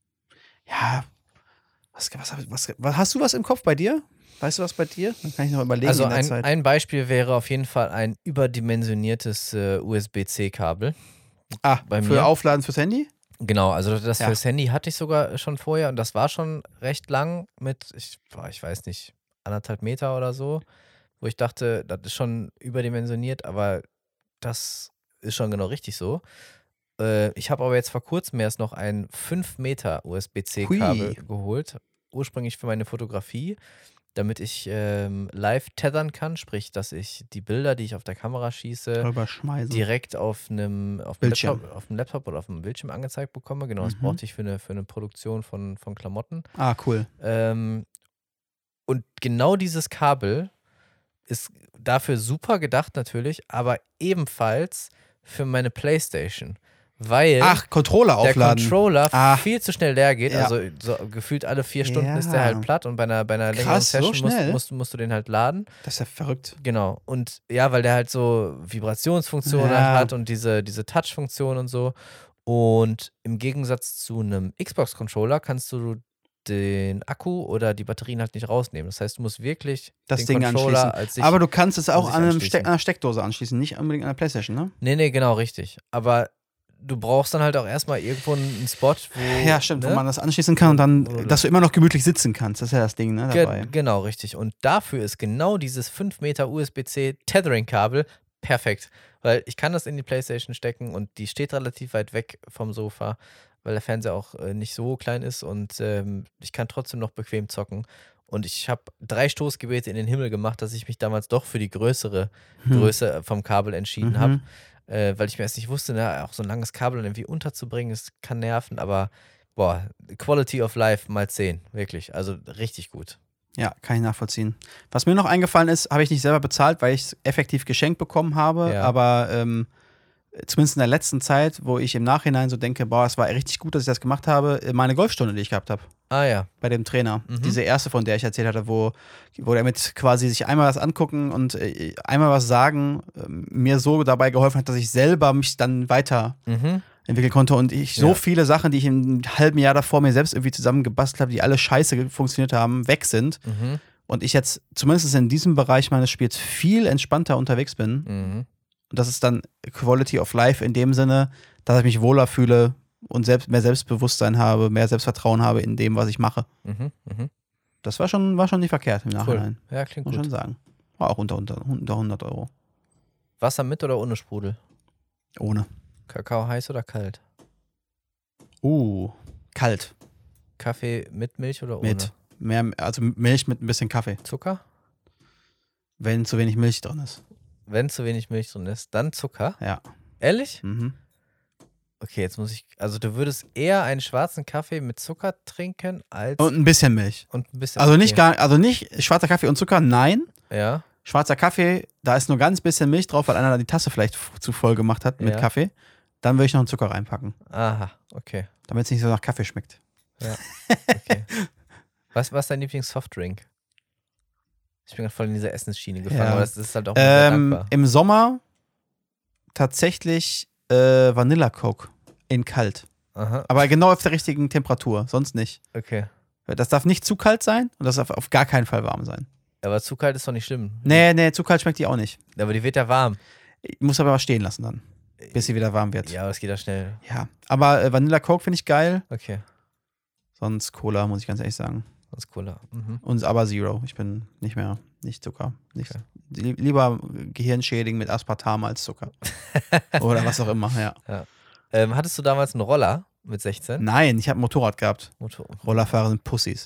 Ja, was, was, was, was, hast du was im Kopf bei dir? Weißt du was bei dir? Dann kann ich noch überlegen Also in der ein, Zeit. ein Beispiel wäre auf jeden Fall ein überdimensioniertes äh, U S B C-Kabel. ah, bei für mir. Aufladen fürs Handy? Genau, also das Ja. fürs Handy hatte ich sogar schon vorher und das war schon recht lang mit, ich, boah, ich weiß nicht, anderthalb Meter oder so, wo ich dachte, das ist schon überdimensioniert, aber das ist schon genau richtig so. Äh, ich habe aber jetzt vor kurzem erst noch ein fünf Meter U S B C-Kabel Hui. geholt, ursprünglich für meine Fotografie, damit ich ähm, live tethern kann, sprich, dass ich die Bilder, die ich auf der Kamera schieße, Drüber schmeißen. direkt auf einem auf dem Bildschirm. Laptop, auf dem Laptop oder auf dem Bildschirm angezeigt bekomme. Genau, das Mhm. brauchte ich für eine, für eine Produktion von, von Klamotten. Ah, cool. Ähm, und genau dieses Kabel ist dafür super gedacht natürlich, aber ebenfalls für meine Playstation. Weil Ach, Controller der aufladen. Controller Ah. viel zu schnell leer geht. Ja. Also so gefühlt alle vier Stunden Ja. ist der halt platt und bei einer, bei einer längeren Krass, so Session musst, schnell? musst, musst du den halt laden. Das ist ja verrückt. Genau. Und ja, weil der halt so Vibrationsfunktionen Ja. hat und diese, diese Touch-Funktion und so. Und im Gegensatz zu einem Xbox-Controller kannst du den Akku oder die Batterien halt nicht rausnehmen. Das heißt, du musst wirklich Das den Ding Controller anschließen. als sich. Aber du kannst es auch sich an, einem anschließen. Steck, an einer Steckdose anschließen, nicht unbedingt an der Playstation, ne? Nee, nee, genau, richtig. Aber du brauchst dann halt auch erstmal irgendwo einen Spot, wo. Ja, stimmt, ne? wo man das anschließen kann und dann, Wo du dass du immer noch gemütlich sitzen kannst. Das ist ja das Ding, ne? Dabei. Ge genau, richtig. Und dafür ist genau dieses fünf Meter U S B C Tethering-Kabel perfekt. Weil ich kann das in die Playstation stecken und die steht relativ weit weg vom Sofa, weil der Fernseher auch äh, nicht so klein ist und ähm, ich kann trotzdem noch bequem zocken. Und ich habe drei Stoßgebete in den Himmel gemacht, dass ich mich damals doch für die größere Hm. Größe vom Kabel entschieden Mhm. habe. Äh, weil ich mir erst nicht wusste, ne, auch so ein langes Kabel dann irgendwie unterzubringen, das kann nerven, aber boah, Quality of Life mal zehn, wirklich, also richtig gut. Ja, kann ich nachvollziehen. Was mir noch eingefallen ist, habe ich nicht selber bezahlt, weil ich es effektiv geschenkt bekommen habe. Ja. Aber ähm, zumindest in der letzten Zeit, wo ich im Nachhinein so denke, boah, es war richtig gut, dass ich das gemacht habe, meine Golfstunde, die ich gehabt habe. Ah ja. Bei dem Trainer. Mhm. Diese erste, von der ich erzählt hatte, wo, wo der mit quasi sich einmal was angucken und äh, einmal was sagen, äh, mir so dabei geholfen hat, dass ich selber mich dann weiter Mhm. entwickeln konnte und ich so Ja. viele Sachen, die ich im halben Jahr davor mir selbst irgendwie zusammengebastelt habe, die alle scheiße funktioniert haben, weg sind Mhm. und ich jetzt zumindest in diesem Bereich meines Spiels viel entspannter unterwegs bin. Mhm. Und das ist dann Quality of Life in dem Sinne, dass ich mich wohler fühle und selbst, mehr Selbstbewusstsein habe, mehr Selbstvertrauen habe in dem, was ich mache. Mhm. Mhm. Das war schon, war schon nicht verkehrt im Cool. Nachhinein. Ja, klingt Muss gut. schon sagen. War auch unter, unter, unter hundert Euro. Wasser mit oder ohne Sprudel? Ohne. Kakao heiß oder kalt? Uh, kalt. Kaffee mit Milch oder ohne? Mit. Mehr, also Milch mit ein bisschen Kaffee. Zucker? Wenn zu wenig Milch drin ist. Wenn zu wenig Milch drin ist, dann Zucker. Ja. Ehrlich? Mhm. Okay, jetzt muss ich. Also, du würdest eher einen schwarzen Kaffee mit Zucker trinken als. Und ein bisschen Milch. Und ein bisschen. Also nicht okay. gar, also nicht schwarzer Kaffee und Zucker, nein. Ja. Schwarzer Kaffee, da ist nur ganz bisschen Milch drauf, weil einer da die Tasse vielleicht f- zu voll gemacht hat mit Ja. Kaffee. Dann würde ich noch einen Zucker reinpacken, Aha, okay. damit es nicht so nach Kaffee schmeckt. Ja. Okay. was, was ist dein Lieblings-Softdrink? Ich bin gerade voll in dieser Essensschiene gefangen, Ja. aber das ist halt auch sehr Ähm, dankbar. Im Sommer tatsächlich äh, Vanilla Coke in kalt. Aha, Aber genau auf der richtigen Temperatur, sonst nicht. okay. Das darf nicht zu kalt sein und das darf auf gar keinen Fall warm sein. Aber zu kalt ist doch nicht schlimm. Nee, nee, zu kalt schmeckt die auch nicht. Aber die wird ja warm. Ich muss aber stehen lassen dann, bis sie wieder warm wird. Ja, aber es geht ja schnell. Ja. Aber äh, Vanilla Coke finde ich geil. Okay, Sonst Cola, muss ich ganz ehrlich sagen. das ist cooler. Mhm. Und aber Zero. Ich bin nicht mehr, nicht Zucker. Nicht, Okay. li- Lieber Gehirnschädigen mit Aspartam als Zucker. Oder was auch immer, ja. Ähm, hattest du damals einen Roller mit sechzehn? Nein, ich habe ein Motorrad gehabt. Motor. Rollerfahrer sind Pussys.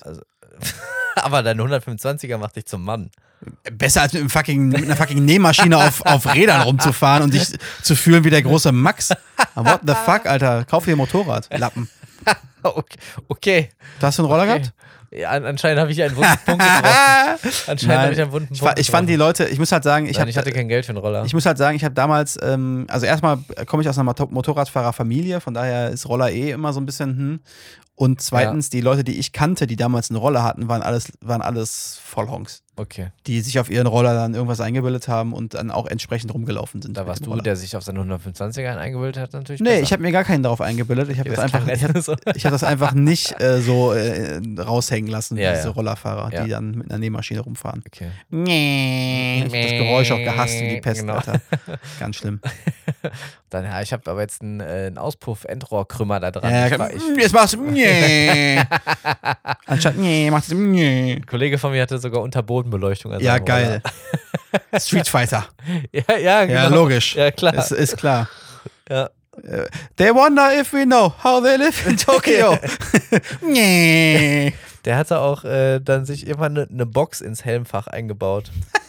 Aber dein hundertfünfundzwanziger macht dich zum Mann. Besser als mit, einem fucking, mit einer fucking Nähmaschine auf, auf Rädern rumzufahren und dich zu fühlen wie der große Max. What the fuck, Alter? Kauf dir ein Motorrad, Lappen. Okay. okay. Du hast du einen Roller okay. gehabt? Ja, an, anscheinend habe ich einen wunden Punkt getroffen. Anscheinend Nein, habe ich einen wunden Ich, Punkt fa- ich fand die getroffen. Leute, ich muss halt sagen, ich, Nein, hab, ich hatte kein Geld für einen Roller. ich muss halt sagen, ich habe damals, ähm, also erstmal komme ich aus einer Motor- Motorradfahrerfamilie, von daher ist Roller eh immer so ein bisschen, hm. Und zweitens, die Leute, die ich kannte, die damals einen Roller hatten, waren alles, waren alles Vollhonks, okay. die sich auf ihren Roller dann irgendwas eingebildet haben und dann auch entsprechend rumgelaufen sind. Da mit warst dem du, Roller. der sich auf seinen hundertfünfundzwanziger einen eingebildet hat, natürlich. Nee, besser. ich habe mir gar keinen darauf eingebildet. Ich habe Okay, das, das einfach, klang ich hab, jetzt so. ich hab das einfach nicht äh, so äh, raushängen lassen, Ja, diese ja. Rollerfahrer, Ja. die dann mit einer Nähmaschine rumfahren. Okay. Ich hab das Geräusch auch gehasst wie die Pest, Genau. Alter. Ganz schlimm. Dann, ja, ich habe aber jetzt einen, äh, einen Auspuff-Endrohrkrümmer da dran. Ja, ich war, ich, jetzt machst du nee. Anstatt nee, machst du nee. ein Kollege von mir hatte sogar Unterbodenbeleuchtung. an Ja, seinem geil. Street Fighter. Roller. Ja, ja, genau. Ja, logisch. Ja, klar. Ist, ist klar. Ja. Äh, They wonder if we know how they live in Tokyo. nee. Der hatte auch äh, dann sich irgendwann eine ne Box ins Helmfach eingebaut.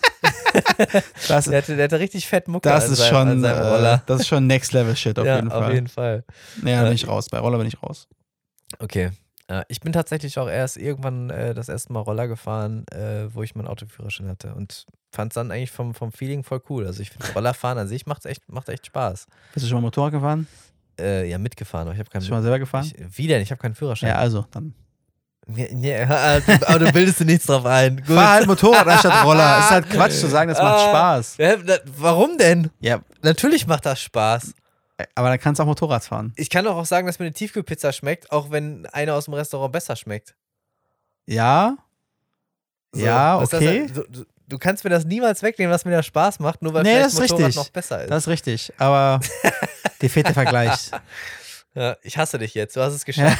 Das, Der hatte, der hatte richtig fett Mucke das an, ist seinem, an schon, seinem äh, Roller. das ist schon Next Level Shit auf ja, jeden Fall. auf jeden Fall. Nee, da bin ich raus. Bei Roller bin ich raus. Okay. Ja, ich bin tatsächlich auch erst irgendwann äh, das erste Mal Roller gefahren, äh, wo ich meinen Autoführerschein hatte und fand es dann eigentlich vom, vom Feeling voll cool. Also ich finde Rollerfahren an sich macht echt, macht echt Spaß. Bist du schon mal Motorrad gefahren? Äh, ja, mitgefahren, aber ich habe keinen Bist du schon mal selber gefahren? ich, Wie denn? Ich habe keinen Führerschein. Ja, also, dann. Ja, ja, aber du bildest dir nichts drauf ein. Gut. Fahr halt Motorrad anstatt Roller. Ist halt Quatsch zu sagen, das macht Ah. Spaß. Ja, na, warum denn? Ja, Natürlich macht das Spaß. aber dann kannst du auch Motorrad fahren. Ich kann doch auch sagen, dass mir eine Tiefkühlpizza schmeckt, auch wenn eine aus dem Restaurant besser schmeckt. Ja, So, ja, was das okay. heißt, du, du, du kannst mir das niemals wegnehmen, was mir da Spaß macht, nur weil Nee, vielleicht das ist Motorrad richtig. noch besser ist. Das ist richtig. Aber dir fehlt der Vergleich. Ja, ich hasse dich jetzt, du hast es geschafft.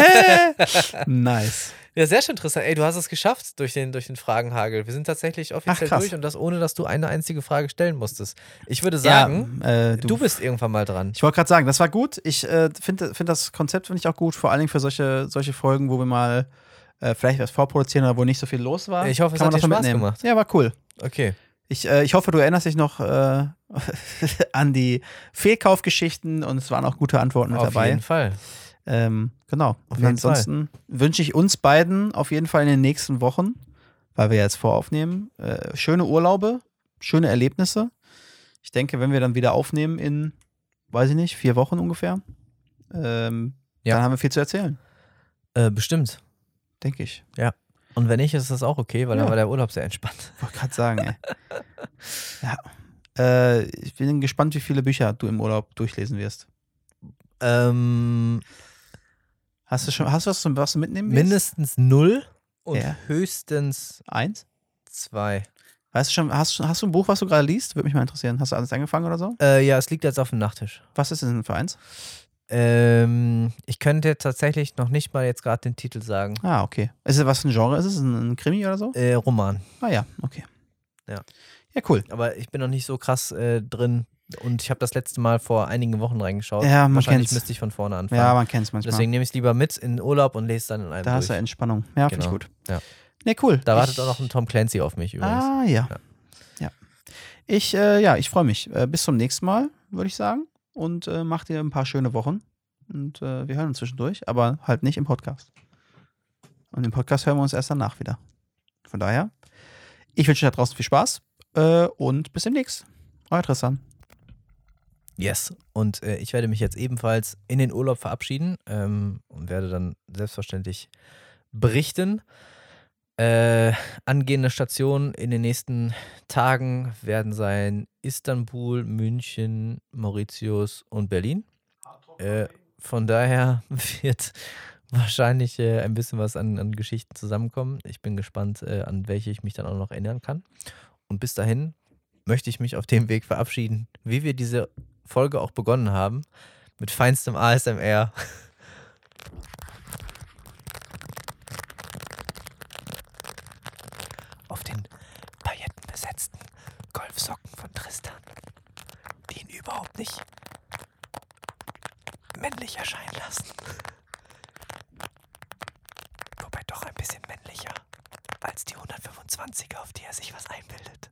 Nice. Ja, sehr schön interessant. Ey, du hast es geschafft durch den, durch den Fragenhagel. Wir sind tatsächlich offiziell krass. durch und das ohne, dass du eine einzige Frage stellen musstest. Ich würde sagen, ja, äh, du, du, bist irgendwann mal dran. Ich wollte gerade sagen, das war gut. Ich äh, finde find das Konzept finde ich auch gut, vor allen Dingen für solche, solche Folgen, wo wir mal äh, vielleicht was vorproduzieren oder wo nicht so viel los war. Ich hoffe, es Kann hat man dir das so Spaß mitnehmen. gemacht. Ja, war cool. Okay. Ich, äh, ich hoffe, du erinnerst dich noch äh, an die Fehlkaufgeschichten und es waren auch gute Antworten mit Auf dabei. jeden Fall. Ähm, genau. Auf Und jeden ansonsten wünsche ich uns beiden auf jeden Fall in den nächsten Wochen, weil wir jetzt voraufnehmen, äh, schöne Urlaube, schöne Erlebnisse. Ich denke, wenn wir dann wieder aufnehmen in, weiß ich nicht, vier Wochen ungefähr, ähm, Ja. dann haben wir viel zu erzählen, Äh, bestimmt. denke ich. Und wenn nicht, ist das auch okay, weil Ja. dann war der Urlaub sehr entspannt. Wollte gerade sagen, ey. Ja. Äh, ich bin gespannt, wie viele Bücher du im Urlaub durchlesen wirst. Ähm, Hast du schon, hast du was, zum- was du mitnehmen wirst? mindestens null und Ja. höchstens Eins? zwei. Weißt du schon, hast, du- hast du ein Buch, was du gerade liest? Würde mich mal interessieren. Hast du alles angefangen oder so? Äh, ja, es liegt jetzt auf dem Nachttisch. Was ist das denn für eins? Ähm, ich könnte tatsächlich noch nicht mal jetzt gerade den Titel sagen. Ah, okay. Ist es was für ein Genre? Ist es ein, ein Krimi oder so? Äh, Roman. Ah ja, okay. Ja. Ja, cool. Aber ich bin noch nicht so krass äh, drin und ich habe das letzte Mal vor einigen Wochen reingeschaut. Ja, man Wahrscheinlich kennt's. müsste ich von vorne anfangen. Ja, man kennt es manchmal. Deswegen nehme ich es lieber mit in den Urlaub und lese dann in einem da hast du durch. Entspannung. Ja, finde Genau. ich gut. Ja. Nee, cool. Da wartet ich, auch noch ein Tom Clancy auf mich übrigens. Ah, ja. Ja. Ich, äh, ja, ich freue mich. Äh, bis zum nächsten Mal, würde ich sagen. Und äh, macht dir ein paar schöne Wochen. Und äh, wir hören uns zwischendurch, aber halt nicht im Podcast. Und im Podcast hören wir uns erst danach wieder. Von daher, ich wünsche dir da draußen viel Spaß äh, und bis demnächst. Euer Tristan. Yes. Und äh, ich werde mich jetzt ebenfalls in den Urlaub verabschieden ähm, und werde dann selbstverständlich berichten. Äh, angehende Stationen in den nächsten Tagen werden sein Istanbul, München, Mauritius und Berlin. Äh, von daher wird wahrscheinlich äh, ein bisschen was an, an Geschichten zusammenkommen. Ich bin gespannt, äh, an welche ich mich dann auch noch erinnern kann. Und bis dahin möchte ich mich auf dem Weg verabschieden, wie wir diese Folge auch begonnen haben, mit feinstem A S M R. Auf den paillettenbesetzten Golfsocken von Tristan, die ihn überhaupt nicht männlich erscheinen lassen. Wobei doch ein bisschen männlicher als die hundertfünfundzwanziger, auf die er sich was einbildet.